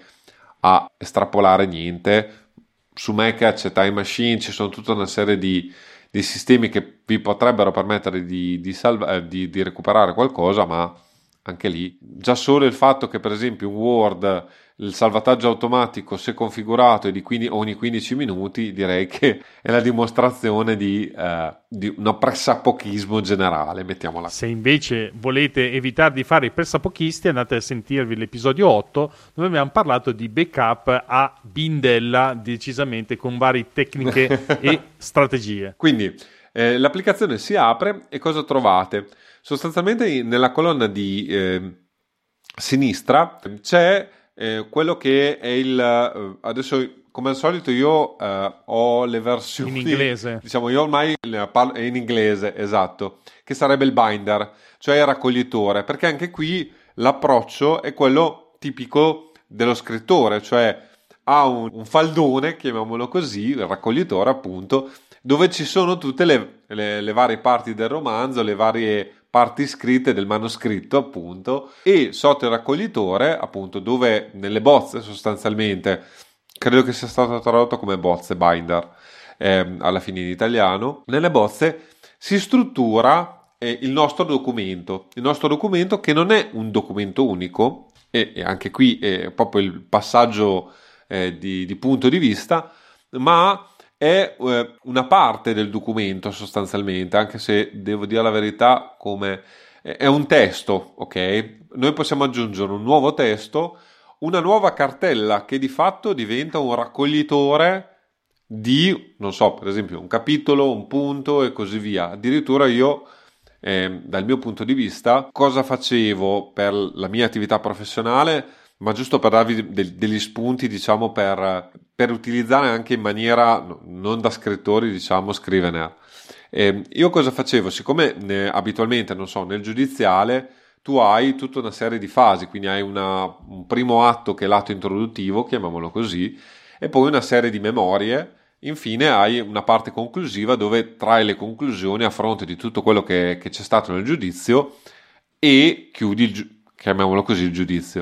a estrapolare niente. Su Mac c'è Time Machine, ci sono tutta una serie di, di sistemi che vi potrebbero permettere di, di, salva- eh, di, di recuperare qualcosa, ma anche lì già solo il fatto che per esempio in Word il salvataggio automatico, se configurato, è di quindi ogni quindici minuti, direi che è la dimostrazione di, eh, di un pressapochismo generale, mettiamola. Se invece volete evitare di fare i pressapochisti, andate a sentirvi l'episodio otto, dove abbiamo parlato di backup a bindella, decisamente con varie tecniche e strategie. Quindi eh, l'applicazione si apre e cosa trovate? Sostanzialmente nella colonna di eh, sinistra c'è eh, quello che è il... eh, adesso come al solito io eh, ho le versioni... In inglese. Diciamo, io ormai ne parlo in inglese, esatto, che sarebbe il binder, cioè il raccoglitore, perché anche qui l'approccio è quello tipico dello scrittore, cioè ha un, un faldone, chiamiamolo così, il raccoglitore appunto, dove ci sono tutte le, le, le varie parti del romanzo, le varie parti scritte del manoscritto appunto, e sotto il raccoglitore appunto, dove nelle bozze sostanzialmente, credo che sia stato tradotto come bozze, binder, ehm, alla fine in italiano, nelle bozze si struttura eh, il nostro documento, il nostro documento che non è un documento unico, e, e anche qui è proprio il passaggio eh, di, di punto di vista, ma è eh, una parte del documento sostanzialmente, anche se devo dire la verità, come è un testo, ok? Noi possiamo aggiungere un nuovo testo, una nuova cartella che di fatto diventa un raccoglitore di, non so, per esempio un capitolo, un punto e così via. Addirittura io, eh, dal mio punto di vista, cosa facevo per la mia attività professionale, ma giusto per darvi de- degli spunti, diciamo, per, per utilizzare anche in maniera, non da scrittori, diciamo, scrivener. Eh, io cosa facevo? Siccome eh, abitualmente, non so, nel giudiziale tu hai tutta una serie di fasi, quindi hai una, un primo atto che è l'atto introduttivo, chiamiamolo così, e poi una serie di memorie. Infine hai una parte conclusiva dove trai le conclusioni a fronte di tutto quello che, che c'è stato nel giudizio e chiudi, il, chiamiamolo così, il giudizio.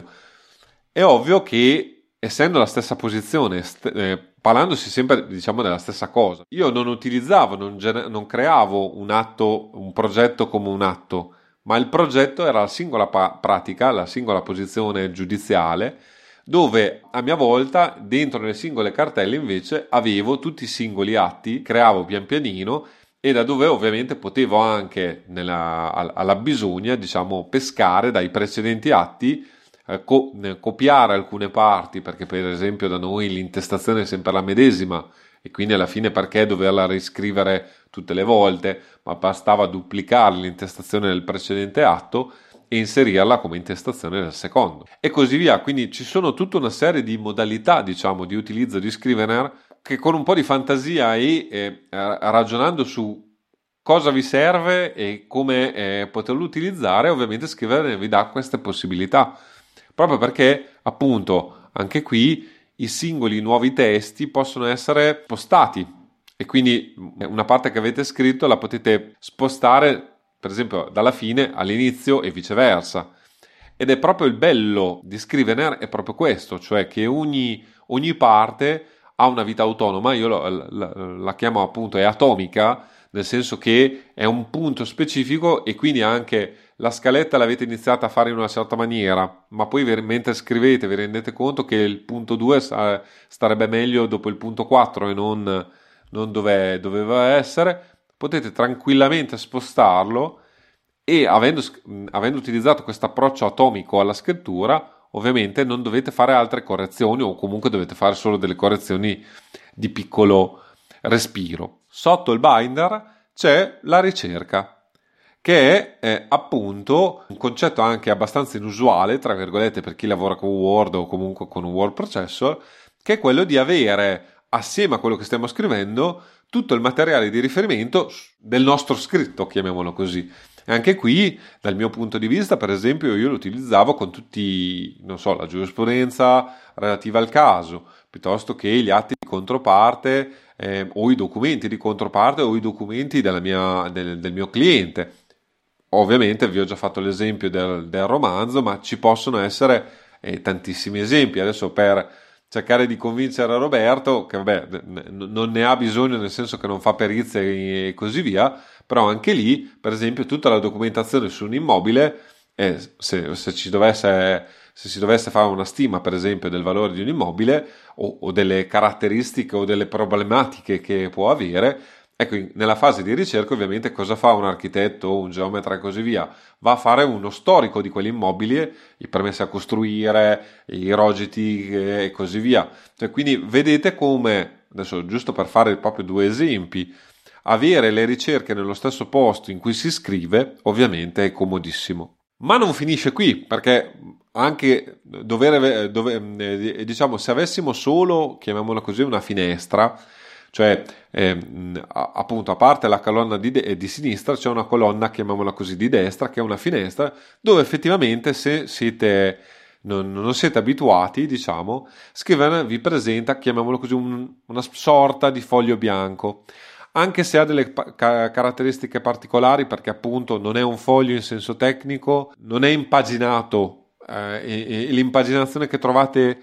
È ovvio che, essendo la stessa posizione, st- eh, parlandosi sempre, diciamo, della stessa cosa, io non utilizzavo, non, gener- non creavo un atto, un progetto come un atto, ma il progetto era la singola pa- pratica, la singola posizione giudiziale, dove a mia volta dentro le singole cartelle invece avevo tutti i singoli atti, creavo pian pianino e da dove ovviamente potevo anche nella, alla bisogna, diciamo, pescare dai precedenti atti, eh, co- copiare alcune parti, perché per esempio da noi l'intestazione è sempre la medesima e quindi alla fine perché doverla riscrivere tutte le volte, ma bastava duplicare l'intestazione del precedente atto e inserirla come intestazione del secondo e così via. Quindi ci sono tutta una serie di modalità, diciamo, di utilizzo di Scrivener che con un po' di fantasia e eh, ragionando su cosa vi serve e come eh, poterlo utilizzare, ovviamente Scrivener vi dà queste possibilità, proprio perché appunto anche qui i singoli nuovi testi possono essere spostati e quindi una parte che avete scritto la potete spostare per esempio dalla fine all'inizio e viceversa. Ed è proprio il bello di Scrivener è proprio questo, cioè che ogni, ogni parte ha una vita autonoma, io la, la, la chiamo appunto è atomica, nel senso che è un punto specifico e quindi anche la scaletta l'avete iniziata a fare in una certa maniera, ma poi mentre scrivete vi rendete conto che il punto due starebbe meglio dopo il punto quattro e non, non dove doveva essere. Potete tranquillamente spostarlo e avendo, avendo utilizzato questo approccio atomico alla scrittura, ovviamente non dovete fare altre correzioni o comunque dovete fare solo delle correzioni di piccolo respiro. Sotto il binder c'è la ricerca, che è eh, appunto un concetto anche abbastanza inusuale, tra virgolette, per chi lavora con Word o comunque con un word processor, che è quello di avere assieme a quello che stiamo scrivendo tutto il materiale di riferimento del nostro scritto, chiamiamolo così. E anche qui, dal mio punto di vista, per esempio, io lo utilizzavo con tutti, non so, la giurisprudenza relativa al caso, piuttosto che gli atti di controparte eh, o i documenti di controparte o i documenti della mia, del, del mio cliente. Ovviamente vi ho già fatto l'esempio del, del romanzo, ma ci possono essere eh, tantissimi esempi. Adesso per cercare di convincere Roberto, che vabbè, n- non ne ha bisogno nel senso che non fa perizie e così via, però anche lì, per esempio, tutta la documentazione su un immobile, eh, se, se, ci dovesse, se si dovesse fare una stima, per esempio, del valore di un immobile o, o delle caratteristiche o delle problematiche che può avere, ecco, nella fase di ricerca ovviamente cosa fa un architetto, un geometra e così via? Va a fare uno storico di quell'immobile, i permessi a costruire, i rogiti e così via. Cioè, quindi vedete come, adesso giusto per fare proprio due esempi, avere le ricerche nello stesso posto in cui si scrive ovviamente è comodissimo. Ma non finisce qui, perché anche dover, dove, diciamo, se avessimo solo, chiamiamola così, una finestra, cioè eh, appunto a parte la colonna di, de- di sinistra c'è una colonna, chiamiamola così, di destra, che è una finestra dove effettivamente se siete non, non siete abituati, diciamo, Scrivener vi presenta, chiamiamolo così, un, una sorta di foglio bianco, anche se ha delle pa- ca- caratteristiche particolari, perché appunto non è un foglio in senso tecnico, non è impaginato eh, e, e l'impaginazione che trovate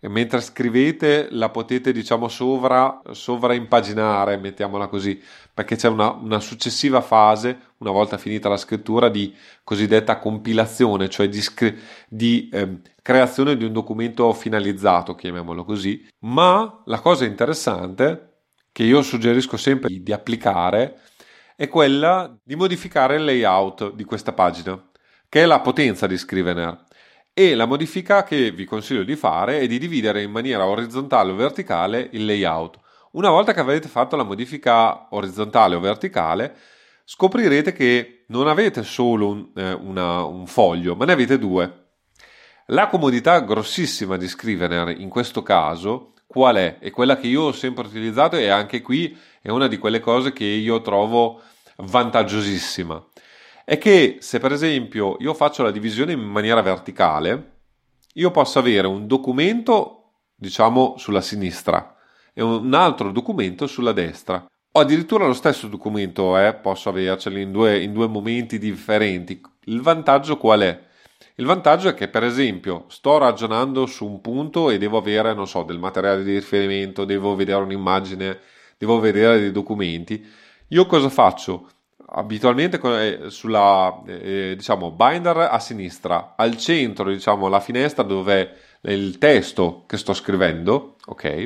e mentre scrivete la potete diciamo sovra, sovraimpaginare, mettiamola così, perché c'è una, una successiva fase, una volta finita la scrittura, di cosiddetta compilazione, cioè di, scri- di eh, creazione di un documento finalizzato, chiamiamolo così. Ma la cosa interessante che io suggerisco sempre di, di applicare è quella di modificare il layout di questa pagina, che è la potenza di Scrivener. E la modifica che vi consiglio di fare è di dividere in maniera orizzontale o verticale il layout. Una volta che avete fatto la modifica orizzontale o verticale, scoprirete che non avete solo un, eh, una, un foglio, ma ne avete due. La comodità grossissima di Scrivener in questo caso qual è? È quella che io ho sempre utilizzato e anche qui è una di quelle cose che io trovo vantaggiosissima. È che se per esempio io faccio la divisione in maniera verticale, io posso avere un documento, diciamo, sulla sinistra e un altro documento sulla destra. O addirittura lo stesso documento, eh, posso averceli in due, in due momenti differenti. Il vantaggio qual è? Il vantaggio è che, per esempio, sto ragionando su un punto e devo avere, non so, del materiale di riferimento, devo vedere un'immagine, devo vedere dei documenti. Io cosa faccio? Abitualmente sulla, eh, diciamo, binder a sinistra, al centro, diciamo, la finestra dove è il testo che sto scrivendo, ok?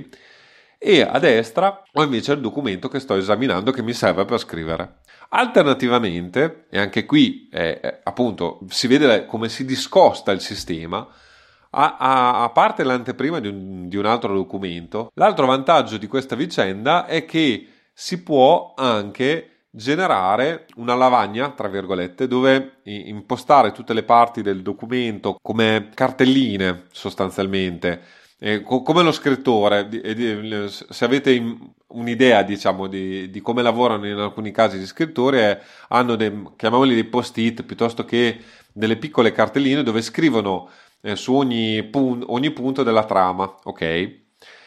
E a destra ho invece il documento che sto esaminando che mi serve per scrivere. Alternativamente, e anche qui eh, eh, appunto si vede come si discosta il sistema, a, a, a parte l'anteprima di un, di un altro documento, l'altro vantaggio di questa vicenda è che si può anche generare una lavagna, tra virgolette, dove impostare tutte le parti del documento come cartelline sostanzialmente. Eh, co- come lo scrittore, di, di, se avete in, un'idea diciamo di, di come lavorano in alcuni casi gli scrittori, è, hanno dei, chiamiamoli dei post-it piuttosto che delle piccole cartelline dove scrivono eh, su ogni, pun- ogni punto della trama, ok? E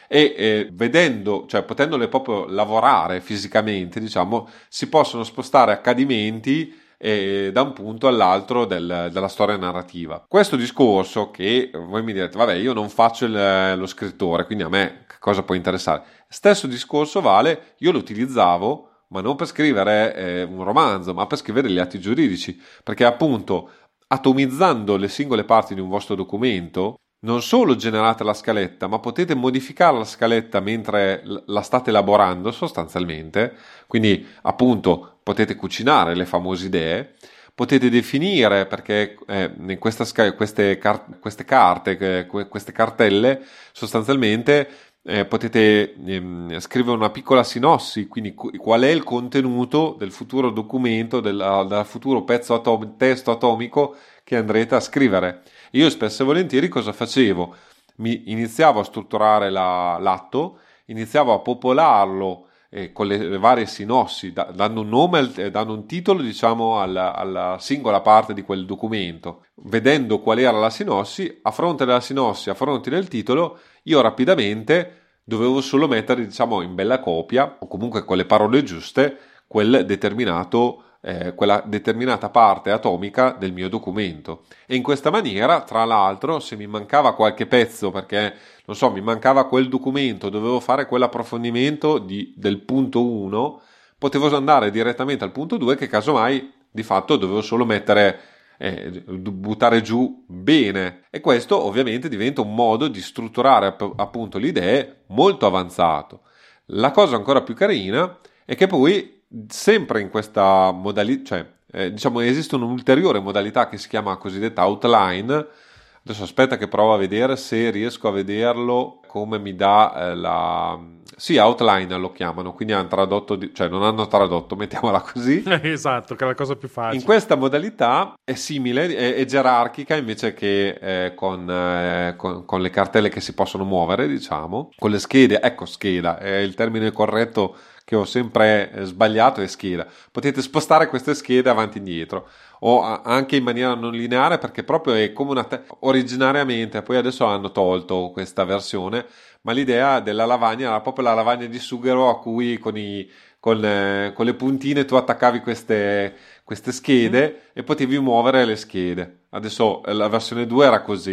eh, vedendo, cioè potendole proprio lavorare fisicamente, diciamo, si possono spostare accadimenti e da un punto all'altro del, della storia narrativa. Questo discorso che voi mi direte, vabbè, io non faccio il, lo scrittore, quindi a me cosa può interessare? Stesso discorso vale, io lo utilizzavo, ma non per scrivere eh, un romanzo, ma per scrivere gli atti giuridici, perché appunto atomizzando le singole parti di un vostro documento, non solo generate la scaletta, ma potete modificare la scaletta mentre la state elaborando sostanzialmente, quindi appunto potete cucinare le famose idee, potete definire, perché eh, in questa, queste, car- queste carte, queste cartelle, sostanzialmente eh, potete ehm, scrivere una piccola sinossi, quindi cu- qual è il contenuto del futuro documento, del, del futuro pezzo atom- testo atomico che andrete a scrivere. Io spesso e volentieri cosa facevo? Mi iniziavo a strutturare la, l'atto, iniziavo a popolarlo eh, con le, le varie sinossi, da, dando un nome, eh, dando un titolo, diciamo, alla, alla singola parte di quel documento. Vedendo qual era la sinossi, a fronte della sinossi, a fronte del titolo, io rapidamente dovevo solo mettere, diciamo, in bella copia, o comunque con le parole giuste, quel determinato Eh, quella determinata parte atomica del mio documento. E in questa maniera, tra l'altro, se mi mancava qualche pezzo, perché non so, mi mancava quel documento, dovevo fare quell'approfondimento di, del punto uno, potevo andare direttamente al punto due, che casomai di fatto dovevo solo mettere eh, buttare giù bene. E questo ovviamente diventa un modo di strutturare appunto le idee molto avanzato. La cosa ancora più carina è che poi sempre in questa modalità, cioè eh, diciamo esiste un'ulteriore modalità che si chiama cosiddetta outline. Adesso aspetta che provo a vedere se riesco a vederlo come mi dà eh, la... Sì, outline lo chiamano, quindi hanno tradotto, di... cioè non hanno tradotto, mettiamola così. Esatto, che è la cosa più facile. In questa modalità è simile, è, è gerarchica invece che eh, con, eh, con, con le cartelle che si possono muovere, diciamo, con le schede, ecco scheda, è il termine corretto che ho sempre sbagliato, è scheda. Potete spostare queste schede avanti e indietro o anche in maniera non lineare, perché proprio è come una te- originariamente, poi adesso hanno tolto questa versione, ma l'idea della lavagna era proprio la lavagna di sughero a cui con, i, con, eh, con le puntine tu attaccavi queste, queste schede mm. e potevi muovere le schede. Adesso la versione due era così.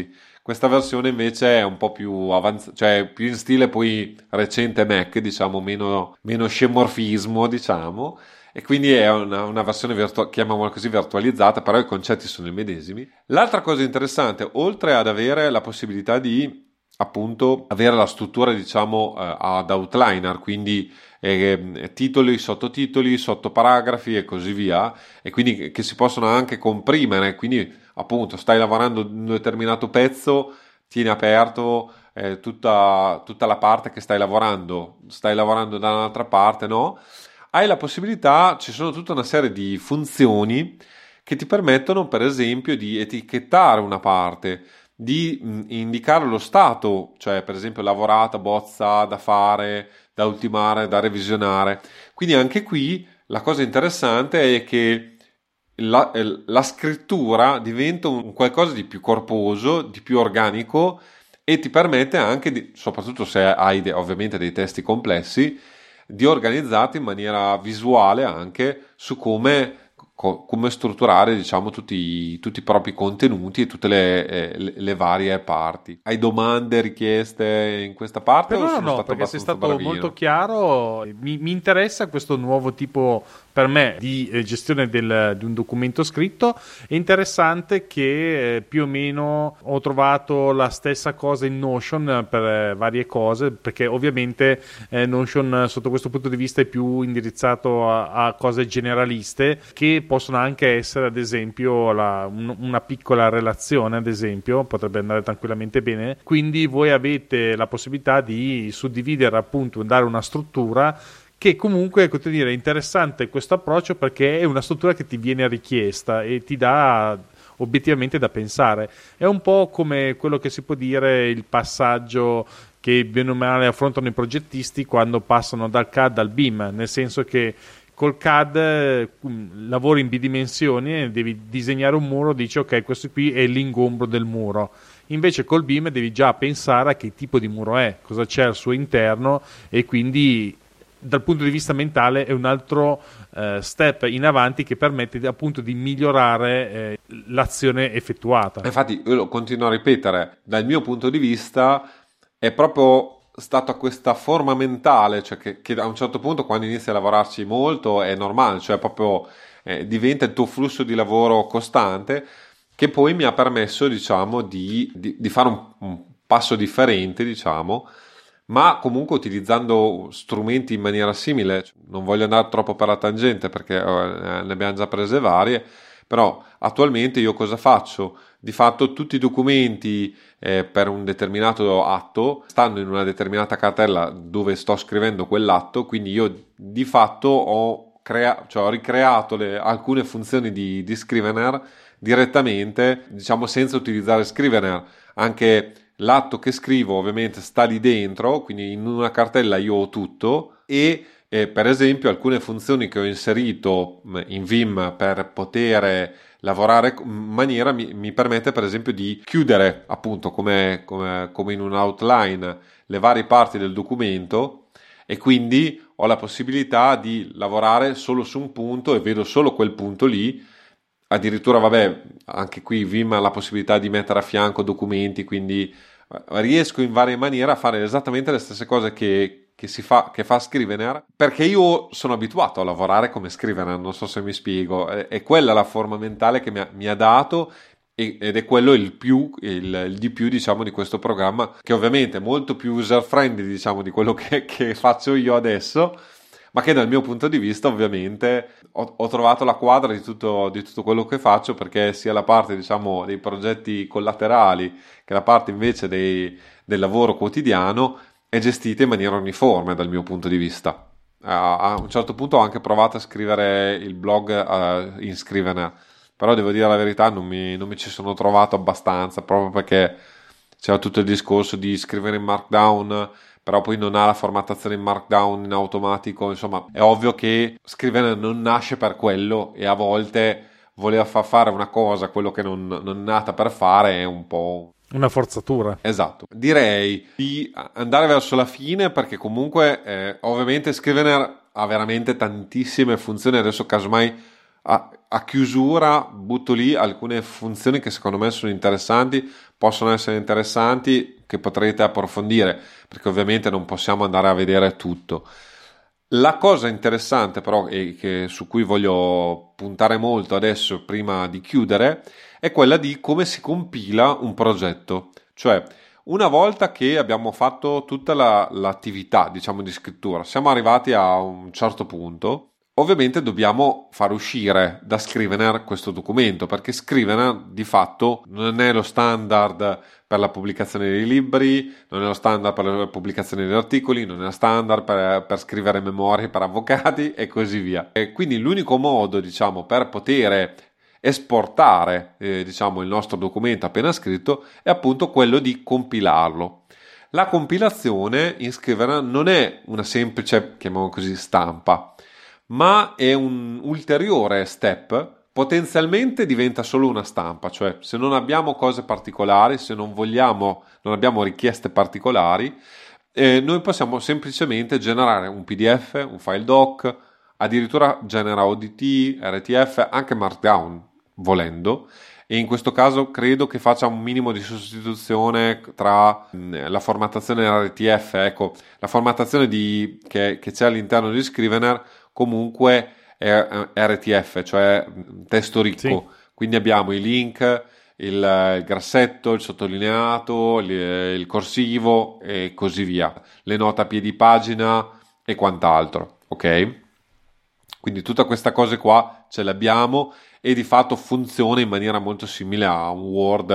Questa versione invece è un po' più avanzata, cioè più in stile poi recente Mac, diciamo, meno, meno scemorfismo, diciamo, e quindi è una, una versione, virtu- chiamiamola così, virtualizzata, però i concetti sono i medesimi. L'altra cosa interessante, oltre ad avere la possibilità di appunto avere la struttura, diciamo, eh, ad outliner, quindi eh, titoli, sottotitoli, sottoparagrafi e così via, e quindi che si possono anche comprimere, quindi appunto stai lavorando un determinato pezzo, tieni aperto eh, tutta, tutta la parte che stai lavorando, stai lavorando da un'altra parte, no? Hai la possibilità, ci sono tutta una serie di funzioni che ti permettono, per esempio, di etichettare una parte, di mh, indicare lo stato, cioè per esempio lavorata, bozza, da fare, da ultimare, da revisionare. Quindi anche qui la cosa interessante è che la, la scrittura diventa un qualcosa di più corposo, di più organico e ti permette anche, di, soprattutto se hai de, ovviamente dei testi complessi, di organizzarti in maniera visuale anche su come come strutturare, diciamo, tutti, i- tutti i propri contenuti e tutte le, eh, le- le varie parti. Hai domande, richieste in questa parte Per o ora sono no, stato perché sei abbastanza stato molto bravino? chiaro. Mi, mi interessa questo nuovo tipo per me di eh, gestione del- di un documento scritto. È interessante che eh, più o meno ho trovato la stessa cosa in Notion eh, per eh, varie cose, perché ovviamente eh, Notion eh, sotto questo punto di vista è più indirizzato a, a cose generaliste che possono anche essere, ad esempio, la- un- una piccola relazione, ad esempio, potrebbe andare tranquillamente bene. Quindi voi avete la possibilità di suddividere, appunto, dare una struttura che comunque, come dire, è interessante questo approccio perché è una struttura che ti viene richiesta e ti dà obiettivamente da pensare. È un po' come quello che si può dire il passaggio che bene o male affrontano i progettisti quando passano dal C A D al B I M, nel senso che col C A D eh, lavori in bidimensioni e devi disegnare un muro, dici ok, questo qui è l'ingombro del muro. Invece col B I M devi già pensare a che tipo di muro è, cosa c'è al suo interno e quindi dal punto di vista mentale è un altro eh, step in avanti che permette di- appunto di migliorare eh, l'azione effettuata. Infatti, io lo continuo a ripetere, dal mio punto di vista è proprio stata questa forma mentale, cioè che, che a un certo punto quando inizi a lavorarci molto è normale, cioè proprio eh, diventa il tuo flusso di lavoro costante, che poi mi ha permesso, diciamo, di, di- di fare un, un passo differente, diciamo, ma comunque utilizzando strumenti in maniera simile. Non voglio andare troppo per la tangente perché eh, ne abbiamo già prese varie, però attualmente io cosa faccio? Di fatto tutti i documenti eh, per un determinato atto stanno in una determinata cartella dove sto scrivendo quell'atto, quindi io di fatto ho, crea- cioè ho ricreato le- alcune funzioni di, di Scrivener direttamente, diciamo senza utilizzare Scrivener. Anche l'atto che scrivo ovviamente sta lì dentro, quindi in una cartella io ho tutto e eh, per esempio alcune funzioni che ho inserito mh, in Vim per poter lavorare in maniera mi, mi permette per esempio di chiudere appunto come, come, come in un outline le varie parti del documento e quindi ho la possibilità di lavorare solo su un punto e vedo solo quel punto lì. Addirittura, vabbè, anche qui Vim ha la possibilità di mettere a fianco documenti, quindi eh, riesco in varie maniere a fare esattamente le stesse cose che, che si fa, che fa Scrivener, perché io sono abituato a lavorare come Scrivener, non so se mi spiego, è, è quella la forma mentale che mi ha, mi ha dato e- ed è quello il più, il, il di più, diciamo, di questo programma, che ovviamente è molto più user friendly, diciamo, di quello che, che faccio io adesso, ma che dal mio punto di vista ovviamente ho, ho trovato la quadra di tutto, di tutto quello che faccio, perché sia la parte, diciamo, dei progetti collaterali che la parte invece dei- del lavoro quotidiano è gestita in maniera uniforme dal mio punto di vista. A, a un certo punto ho anche provato a scrivere il blog eh, in Scrivener, però devo dire la verità, non mi, non mi ci sono trovato abbastanza, proprio perché c'era tutto il discorso di scrivere in Markdown, però poi non ha la formattazione in Markdown in automatico. Insomma, è ovvio che scrivere non nasce per quello e a volte voleva far fare una cosa, quello che non, non è nata per fare, è un po'. Una forzatura. Esatto, direi di andare verso la fine perché comunque eh, ovviamente Scrivener ha veramente tantissime funzioni, adesso casomai a, a chiusura butto lì alcune funzioni che secondo me sono interessanti, possono essere interessanti, che potrete approfondire, perché ovviamente non possiamo andare a vedere tutto. La cosa interessante però, e che, su cui voglio puntare molto adesso prima di chiudere, è quella di come si compila un progetto. Cioè, una volta che abbiamo fatto tutta la, l'attività, diciamo, di scrittura, siamo arrivati a un certo punto, ovviamente dobbiamo far uscire da Scrivener questo documento, perché Scrivener di fatto non è lo standard per la pubblicazione dei libri, non è lo standard per la pubblicazione degli articoli, non è lo standard per, per scrivere memorie per avvocati e così via. E quindi l'unico modo, diciamo, per poter esportare eh, diciamo, il nostro documento appena scritto è appunto quello di compilarlo. La compilazione in Scrivener non è una semplice, chiamiamola così, stampa, ma è un ulteriore step. Potenzialmente diventa solo una stampa, cioè se non abbiamo cose particolari, se non vogliamo, non abbiamo richieste particolari, eh, noi possiamo semplicemente generare un P D F, un file doc, addirittura genera O D T, R T F, anche Markdown volendo, e in questo caso credo che faccia un minimo di sostituzione tra mh, la formattazione R T F, ecco, la formattazione di, che, che c'è all'interno di Scrivener comunque è R T F, cioè testo ricco, sì. Quindi abbiamo i link, il, il grassetto, il sottolineato, il, il corsivo e così via, le note a piedi pagina e quant'altro, ok? Quindi tutta questa cosa qua ce l'abbiamo e di fatto funziona in maniera molto simile a un Word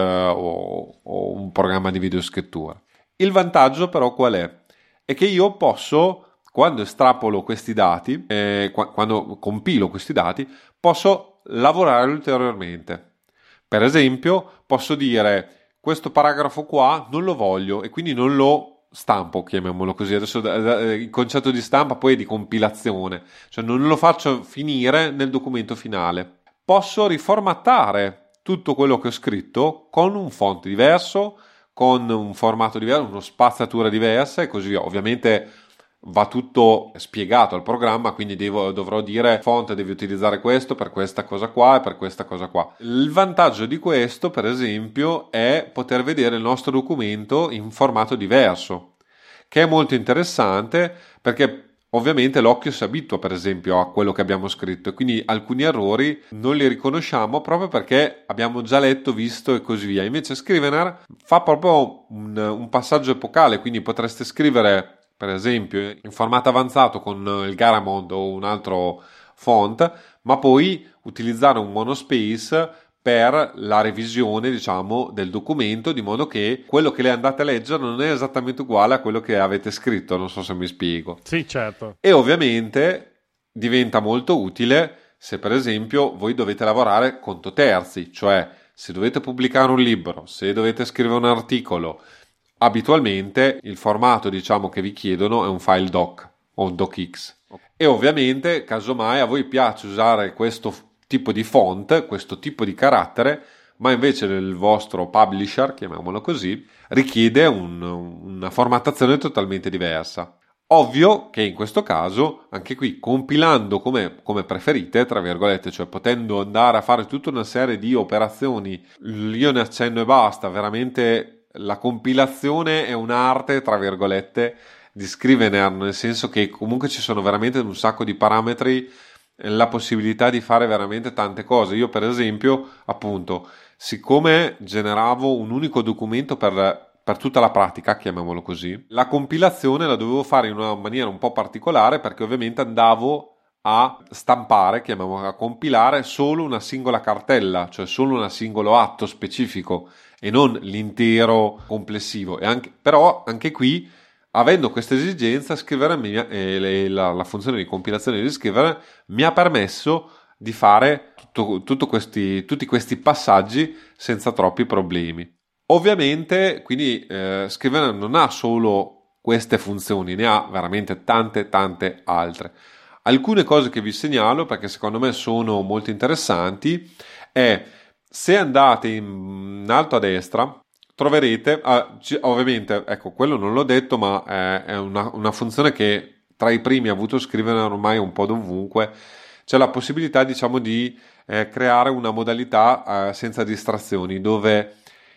o, o un programma di videoscrittura. Il vantaggio però qual è? È che io posso, quando estrapolo questi dati, eh, qu- quando compilo questi dati, posso lavorare ulteriormente. Per esempio, posso dire questo paragrafo qua non lo voglio e quindi non lo stampo, chiamiamolo così. Adesso il concetto di stampa poi è di compilazione, cioè non lo faccio finire nel documento finale. Posso riformattare tutto quello che ho scritto con un font diverso, con un formato diverso, una spazzatura diversa e così via. Ovviamente va tutto spiegato al programma, quindi devo, dovrò dire font devi utilizzare questo per questa cosa qua e per questa cosa qua. Il vantaggio di questo, per esempio, è poter vedere il nostro documento in formato diverso, che è molto interessante perché ovviamente l'occhio si abitua, per esempio, a quello che abbiamo scritto e quindi alcuni errori non li riconosciamo proprio perché abbiamo già letto, visto e così via. Invece Scrivener fa proprio un, un passaggio epocale, quindi potreste scrivere per esempio in formato avanzato con il Garamond o un altro font, ma poi utilizzare un monospace per la revisione, diciamo, del documento, di modo che quello che le andate a leggere non è esattamente uguale a quello che avete scritto, non so se mi spiego. Sì, certo. E ovviamente diventa molto utile se per esempio voi dovete lavorare conto terzi, cioè se dovete pubblicare un libro, se dovete scrivere un articolo. Abitualmente il formato, diciamo, che vi chiedono è un file doc o un docx e ovviamente casomai a voi piace usare questo tipo di font, questo tipo di carattere, ma invece il vostro publisher, chiamiamolo così, richiede un, una formattazione totalmente diversa. Ovvio che in questo caso, anche qui, compilando come, come preferite, tra virgolette, cioè potendo andare a fare tutta una serie di operazioni, io ne accenno e basta, veramente. La compilazione è un'arte, tra virgolette, di Scrivener, nel senso che comunque ci sono veramente un sacco di parametri, la possibilità di fare veramente tante cose. Io per esempio, appunto, siccome generavo un unico documento per, per tutta la pratica, chiamiamolo così, la compilazione la dovevo fare in una maniera un po' particolare perché ovviamente andavo a stampare, chiamiamola, a compilare solo una singola cartella, cioè solo un singolo atto specifico e non l'intero complessivo. E anche, però anche qui, avendo questa esigenza, scrivere mia, eh, la, la funzione di compilazione di scrivere mi ha permesso di fare tutto, tutto questi, tutti questi passaggi senza troppi problemi. Ovviamente, quindi eh, Scrivener non ha solo queste funzioni, ne ha veramente tante tante altre. Alcune cose che vi segnalo perché secondo me sono molto interessanti è se andate in alto a destra troverete, ah, ovviamente, ecco, quello non l'ho detto, ma è, è una, una funzione che tra i primi ha avuto Scrivener ormai un po' dovunque. C'è la possibilità, diciamo, di eh, creare una modalità eh, senza distrazioni, dove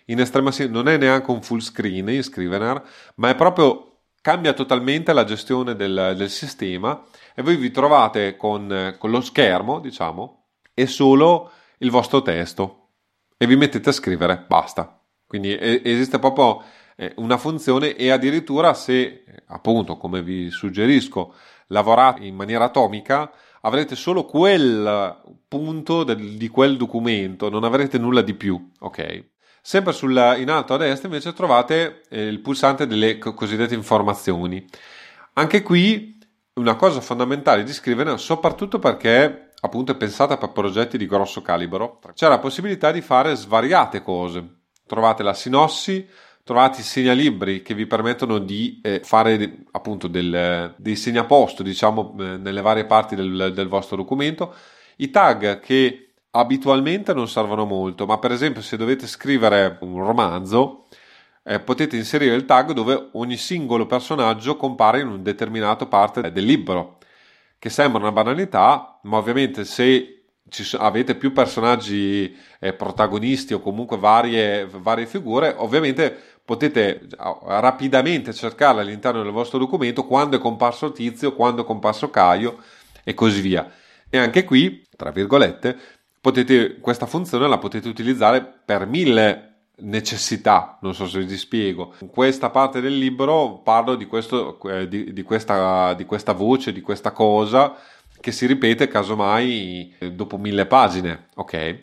in estrema sintesi non è neanche un full screen in Scrivener, ma è proprio, cambia totalmente la gestione del, del sistema e voi vi trovate con, con lo schermo, diciamo, e solo il vostro testo e vi mettete a scrivere, basta. Quindi eh, esiste proprio eh, una funzione, e addirittura se, eh, appunto, come vi suggerisco, lavorate in maniera atomica, avrete solo quel punto del, di quel documento, non avrete nulla di più, ok? Sempre sul, in alto a destra invece trovate eh, il pulsante delle co- cosiddette informazioni. Anche qui una cosa fondamentale di Scrivener, soprattutto perché appunto è pensata per progetti di grosso calibro, c'è la possibilità di fare svariate cose. Trovate la sinossi, trovate i segnalibri che vi permettono di eh, fare appunto del, dei segnaposto, diciamo, eh, nelle varie parti del, del vostro documento, i tag che abitualmente non servono molto, ma per esempio se dovete scrivere un romanzo, eh, potete inserire il tag dove ogni singolo personaggio compare in un determinato parte del libro, che sembra una banalità, ma ovviamente se ci so, avete più personaggi eh, protagonisti o comunque varie, varie figure, ovviamente potete rapidamente cercarle all'interno del vostro documento quando è comparso Tizio, quando è comparso Caio e così via. E anche qui, tra virgolette, potete, questa funzione la potete utilizzare per mille necessità, non so se vi spiego. In questa parte del libro parlo di, questo, eh, di, di, questa, di questa voce, di questa cosa che si ripete casomai dopo mille pagine, ok?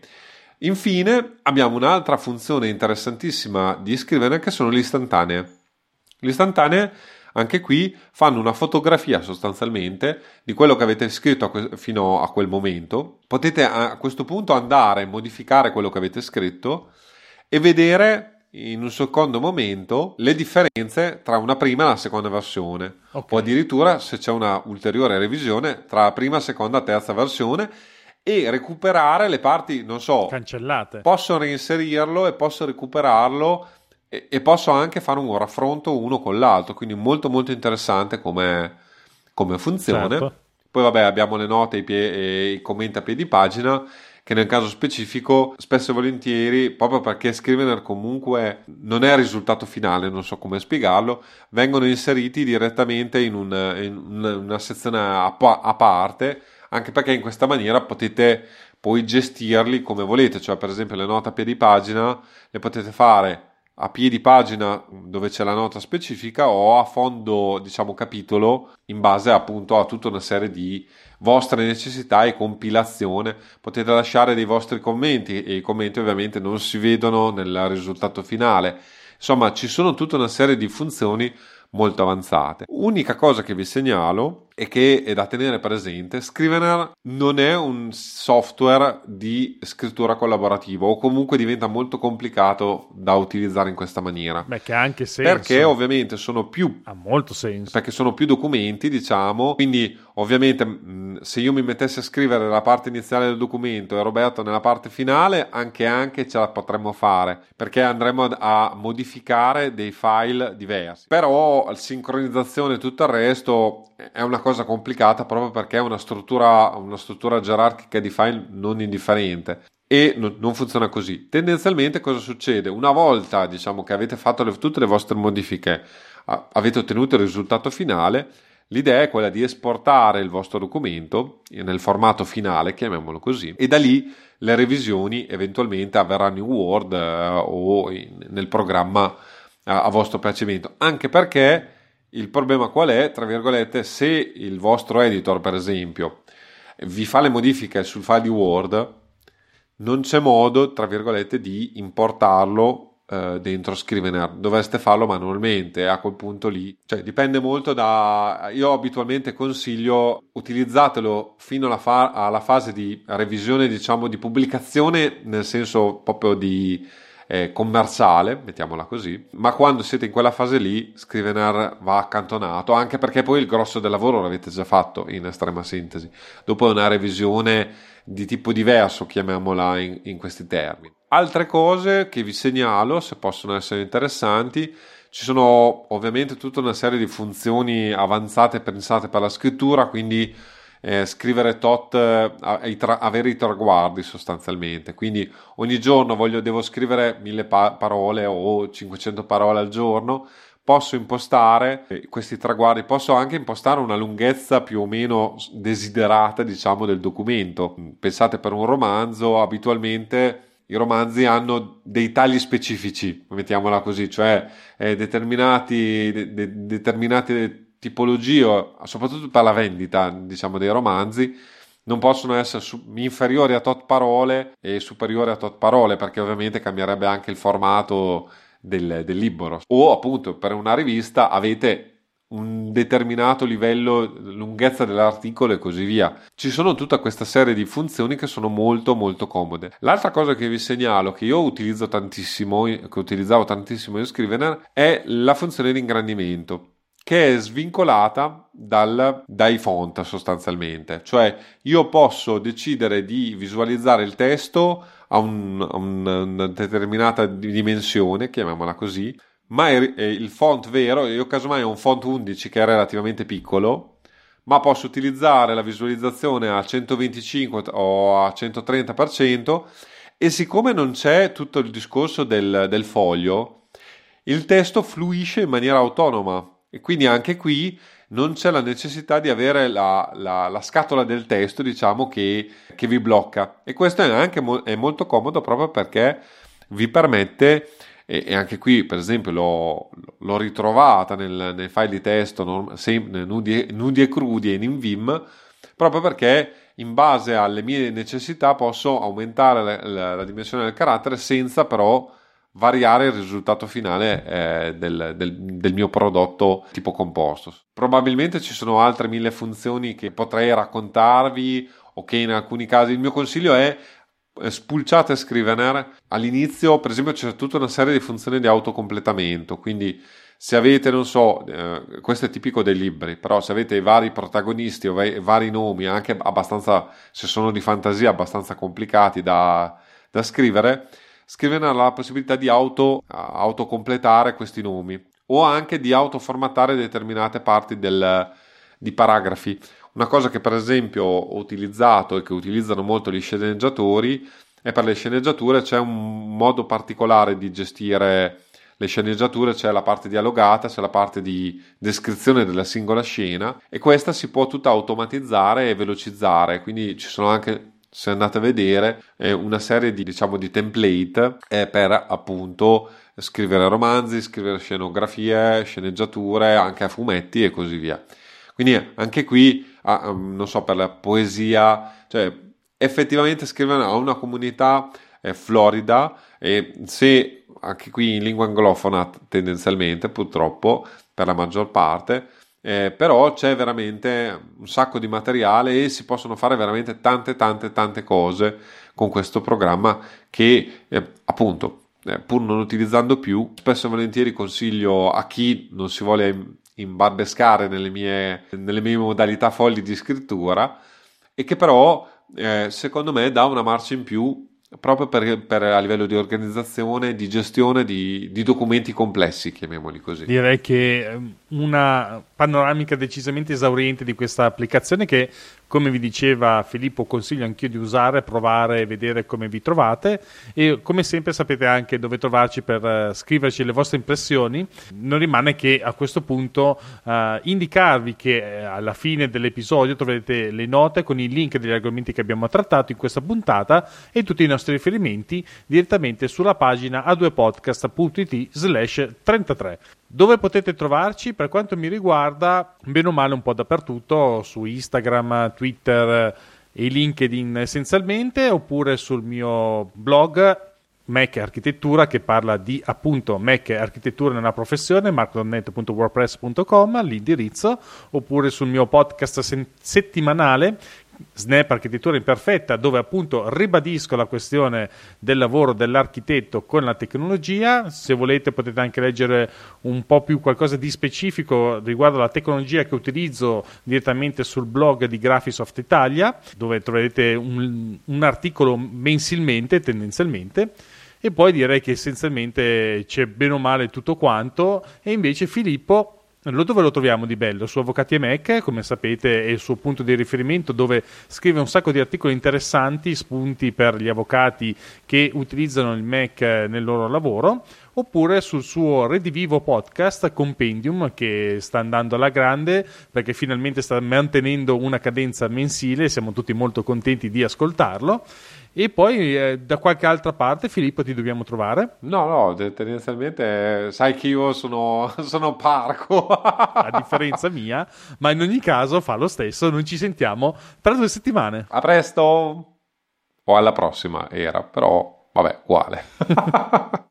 Infine abbiamo un'altra funzione interessantissima di Scrivener che sono le istantanee. Le istantanee anche qui fanno una fotografia sostanzialmente di quello che avete scritto a que- fino a quel momento. Potete a questo punto andare a modificare quello che avete scritto e vedere in un secondo momento le differenze tra una prima e la seconda versione, okay. O addirittura se c'è una ulteriore revisione tra la prima, seconda, terza versione, e recuperare le parti, non so, cancellate. Posso reinserirlo e posso recuperarlo e, e posso anche fare un raffronto uno con l'altro, quindi molto molto interessante come, come funzione. Certo. Poi vabbè, abbiamo le note e i, pie- e i commenti a piedi pagina, che nel caso specifico spesso e volentieri, proprio perché Scrivener comunque non è il risultato finale, non so come spiegarlo, vengono inseriti direttamente in, un, in una sezione a, a parte, anche perché in questa maniera potete poi gestirli come volete, cioè per esempio le note a piedi pagina le potete fare a piedi pagina dove c'è la nota specifica o a fondo, diciamo, capitolo, in base appunto a tutta una serie di vostre necessità e compilazione. Potete lasciare dei vostri commenti e i commenti ovviamente non si vedono nel risultato finale. Insomma, ci sono tutta una serie di funzioni molto avanzate. Unica cosa che vi segnalo e che è da tenere presente: Scrivener non è un software di scrittura collaborativa, o comunque diventa molto complicato da utilizzare in questa maniera. Beh, che ha anche senso. Perché ovviamente sono più ha molto senso. Perché sono più documenti, diciamo, quindi ovviamente mh, se io mi mettessi a scrivere la parte iniziale del documento e Roberto nella parte finale, anche anche ce la potremmo fare, perché andremo a, a modificare dei file diversi. Però la sincronizzazione e tutto il resto è una cosa complicata, proprio perché è una struttura, una struttura gerarchica di file non indifferente. E no, non funziona così. Tendenzialmente cosa succede? Una volta, diciamo, che avete fatto le, tutte le vostre modifiche, a, avete ottenuto il risultato finale, l'idea è quella di esportare il vostro documento nel formato finale, chiamiamolo così, e da lì le revisioni eventualmente avverranno in Word eh, o in, nel programma eh, a vostro piacimento. Anche perché il problema qual è? Tra virgolette, se il vostro editor, per esempio, vi fa le modifiche sul file di Word, non c'è modo, tra virgolette, di importarlo eh, dentro Scrivener. Dovreste farlo manualmente, a quel punto lì. Cioè, dipende molto da... Io abitualmente consiglio, utilizzatelo fino alla, fa... alla fase di revisione, diciamo, di pubblicazione, nel senso proprio di eh, commerciale, mettiamola così. Ma quando siete in quella fase lì, Scrivener va accantonato, anche perché poi il grosso del lavoro l'avete già fatto, in estrema sintesi. Dopo una revisione di tipo diverso, chiamiamola in, in questi termini. Altre cose che vi segnalo, se possono essere interessanti, ci sono ovviamente tutta una serie di funzioni avanzate pensate per la scrittura, quindi eh, scrivere tot, eh, tra- avere i traguardi sostanzialmente. Quindi ogni giorno voglio, devo scrivere mille pa- parole o cinquecento parole al giorno. Posso impostare questi traguardi, posso anche impostare una lunghezza più o meno desiderata, diciamo, del documento. Pensate, per un romanzo, abitualmente i romanzi hanno dei tagli specifici, mettiamola così, cioè eh, determinati, de, de, determinate tipologie, soprattutto per la vendita, diciamo, dei romanzi, non possono essere su- inferiori a tot parole e superiori a tot parole, perché ovviamente cambierebbe anche il formato del, del libro. O appunto per una rivista avete un determinato livello, lunghezza dell'articolo e così via. Ci sono tutta questa serie di funzioni che sono molto molto comode. L'altra cosa che vi segnalo, che io utilizzo tantissimo, che utilizzavo tantissimo in Scrivener, è la funzione di ingrandimento, che è svincolata dal, dai font sostanzialmente. Cioè io posso decidere di visualizzare il testo a, un, a una determinata dimensione, chiamiamola così, ma è, è il font vero, io casomai ho un font undici che è relativamente piccolo, ma posso utilizzare la visualizzazione a centoventicinque o a centotrenta per cento, e siccome non c'è tutto il discorso del, del foglio, il testo fluisce in maniera autonoma, e quindi anche qui non c'è la necessità di avere la, la, la scatola del testo, diciamo, che, che vi blocca. E questo è anche mo- è molto comodo, proprio perché vi permette, e, e anche qui per esempio l'ho, l'ho ritrovata nel, nei file di testo norm- sem- nudi, nudi e crudi e in Vim, proprio perché in base alle mie necessità posso aumentare la, la, la dimensione del carattere senza però variare il risultato finale eh, del, del, del mio prodotto tipo composto. Probabilmente ci sono altre mille funzioni che potrei raccontarvi, o che in alcuni casi il mio consiglio è spulciate Scrivener. All'inizio per esempio c'è tutta una serie di funzioni di autocompletamento, quindi se avete, non so, eh, questo è tipico dei libri, però se avete vari protagonisti o vai, vari nomi, anche abbastanza, se sono di fantasia, abbastanza complicati da, da scrivere, Scrivener ha la possibilità di auto, autocompletare questi nomi, o anche di autoformattare determinate parti del, di paragrafi. Una cosa che per esempio ho utilizzato e che utilizzano molto gli sceneggiatori è, per le sceneggiature c'è un modo particolare di gestire le sceneggiature, c'è la parte dialogata, c'è la parte di descrizione della singola scena, e questa si può tutta automatizzare e velocizzare, quindi ci sono anche, se andate a vedere, eh, una serie di, diciamo, di template eh, per appunto scrivere romanzi, scrivere scenografie, sceneggiature, anche a fumetti e così via. Quindi anche qui, ah, non so, per la poesia, cioè effettivamente scrivere a una comunità eh, florida, e se anche qui in lingua anglofona tendenzialmente, purtroppo, per la maggior parte, Eh, però c'è veramente un sacco di materiale e si possono fare veramente tante tante tante cose con questo programma che eh, appunto eh, pur non utilizzando più, spesso e volentieri consiglio a chi non si vuole imbarbescare nelle mie, nelle mie modalità folli di scrittura, e che però eh, secondo me dà una marcia in più proprio per, per a livello di organizzazione, di gestione di, di documenti complessi, chiamiamoli così. Direi che una panoramica decisamente esauriente di questa applicazione che, come vi diceva Filippo, consiglio anch'io di usare, provare e vedere come vi trovate, e come sempre sapete anche dove trovarci per uh, scriverci le vostre impressioni. Non rimane che a questo punto uh, indicarvi che uh, alla fine dell'episodio troverete le note con i link degli argomenti che abbiamo trattato in questa puntata e tutti i nostri riferimenti direttamente sulla pagina a due podcast punto it slash trentatré, dove potete trovarci, per quanto mi riguarda, bene o male un po' dappertutto, su Instagram, Twitter e LinkedIn essenzialmente, oppure sul mio blog Mac e Architettura, che parla di appunto Mac e Architettura nella professione, marco punto net punto wordpress punto com, l'indirizzo, oppure sul mio podcast sen- settimanale Snap Architettura Imperfetta, dove appunto ribadisco la questione del lavoro dell'architetto con la tecnologia. Se volete potete anche leggere un po' più qualcosa di specifico riguardo alla tecnologia che utilizzo direttamente sul blog di Graphisoft Italia, dove troverete un, un articolo mensilmente tendenzialmente. E poi direi che essenzialmente c'è bene o male tutto quanto, e invece Filippo, Allora, dove lo troviamo di bello? Su Avvocati e Mac, come sapete, è il suo punto di riferimento dove scrive un sacco di articoli interessanti, spunti per gli avvocati che utilizzano il Mac nel loro lavoro, oppure sul suo Redivivo podcast Compendium, che sta andando alla grande perché finalmente sta mantenendo una cadenza mensile, siamo tutti molto contenti di ascoltarlo. E poi eh, da qualche altra parte, Filippo, ti dobbiamo trovare? No, no, tendenzialmente eh, sai che io sono, sono parco. A differenza mia, ma in ogni caso fa lo stesso. Noi ci sentiamo tra due settimane. A presto o alla prossima era, però vabbè, uguale.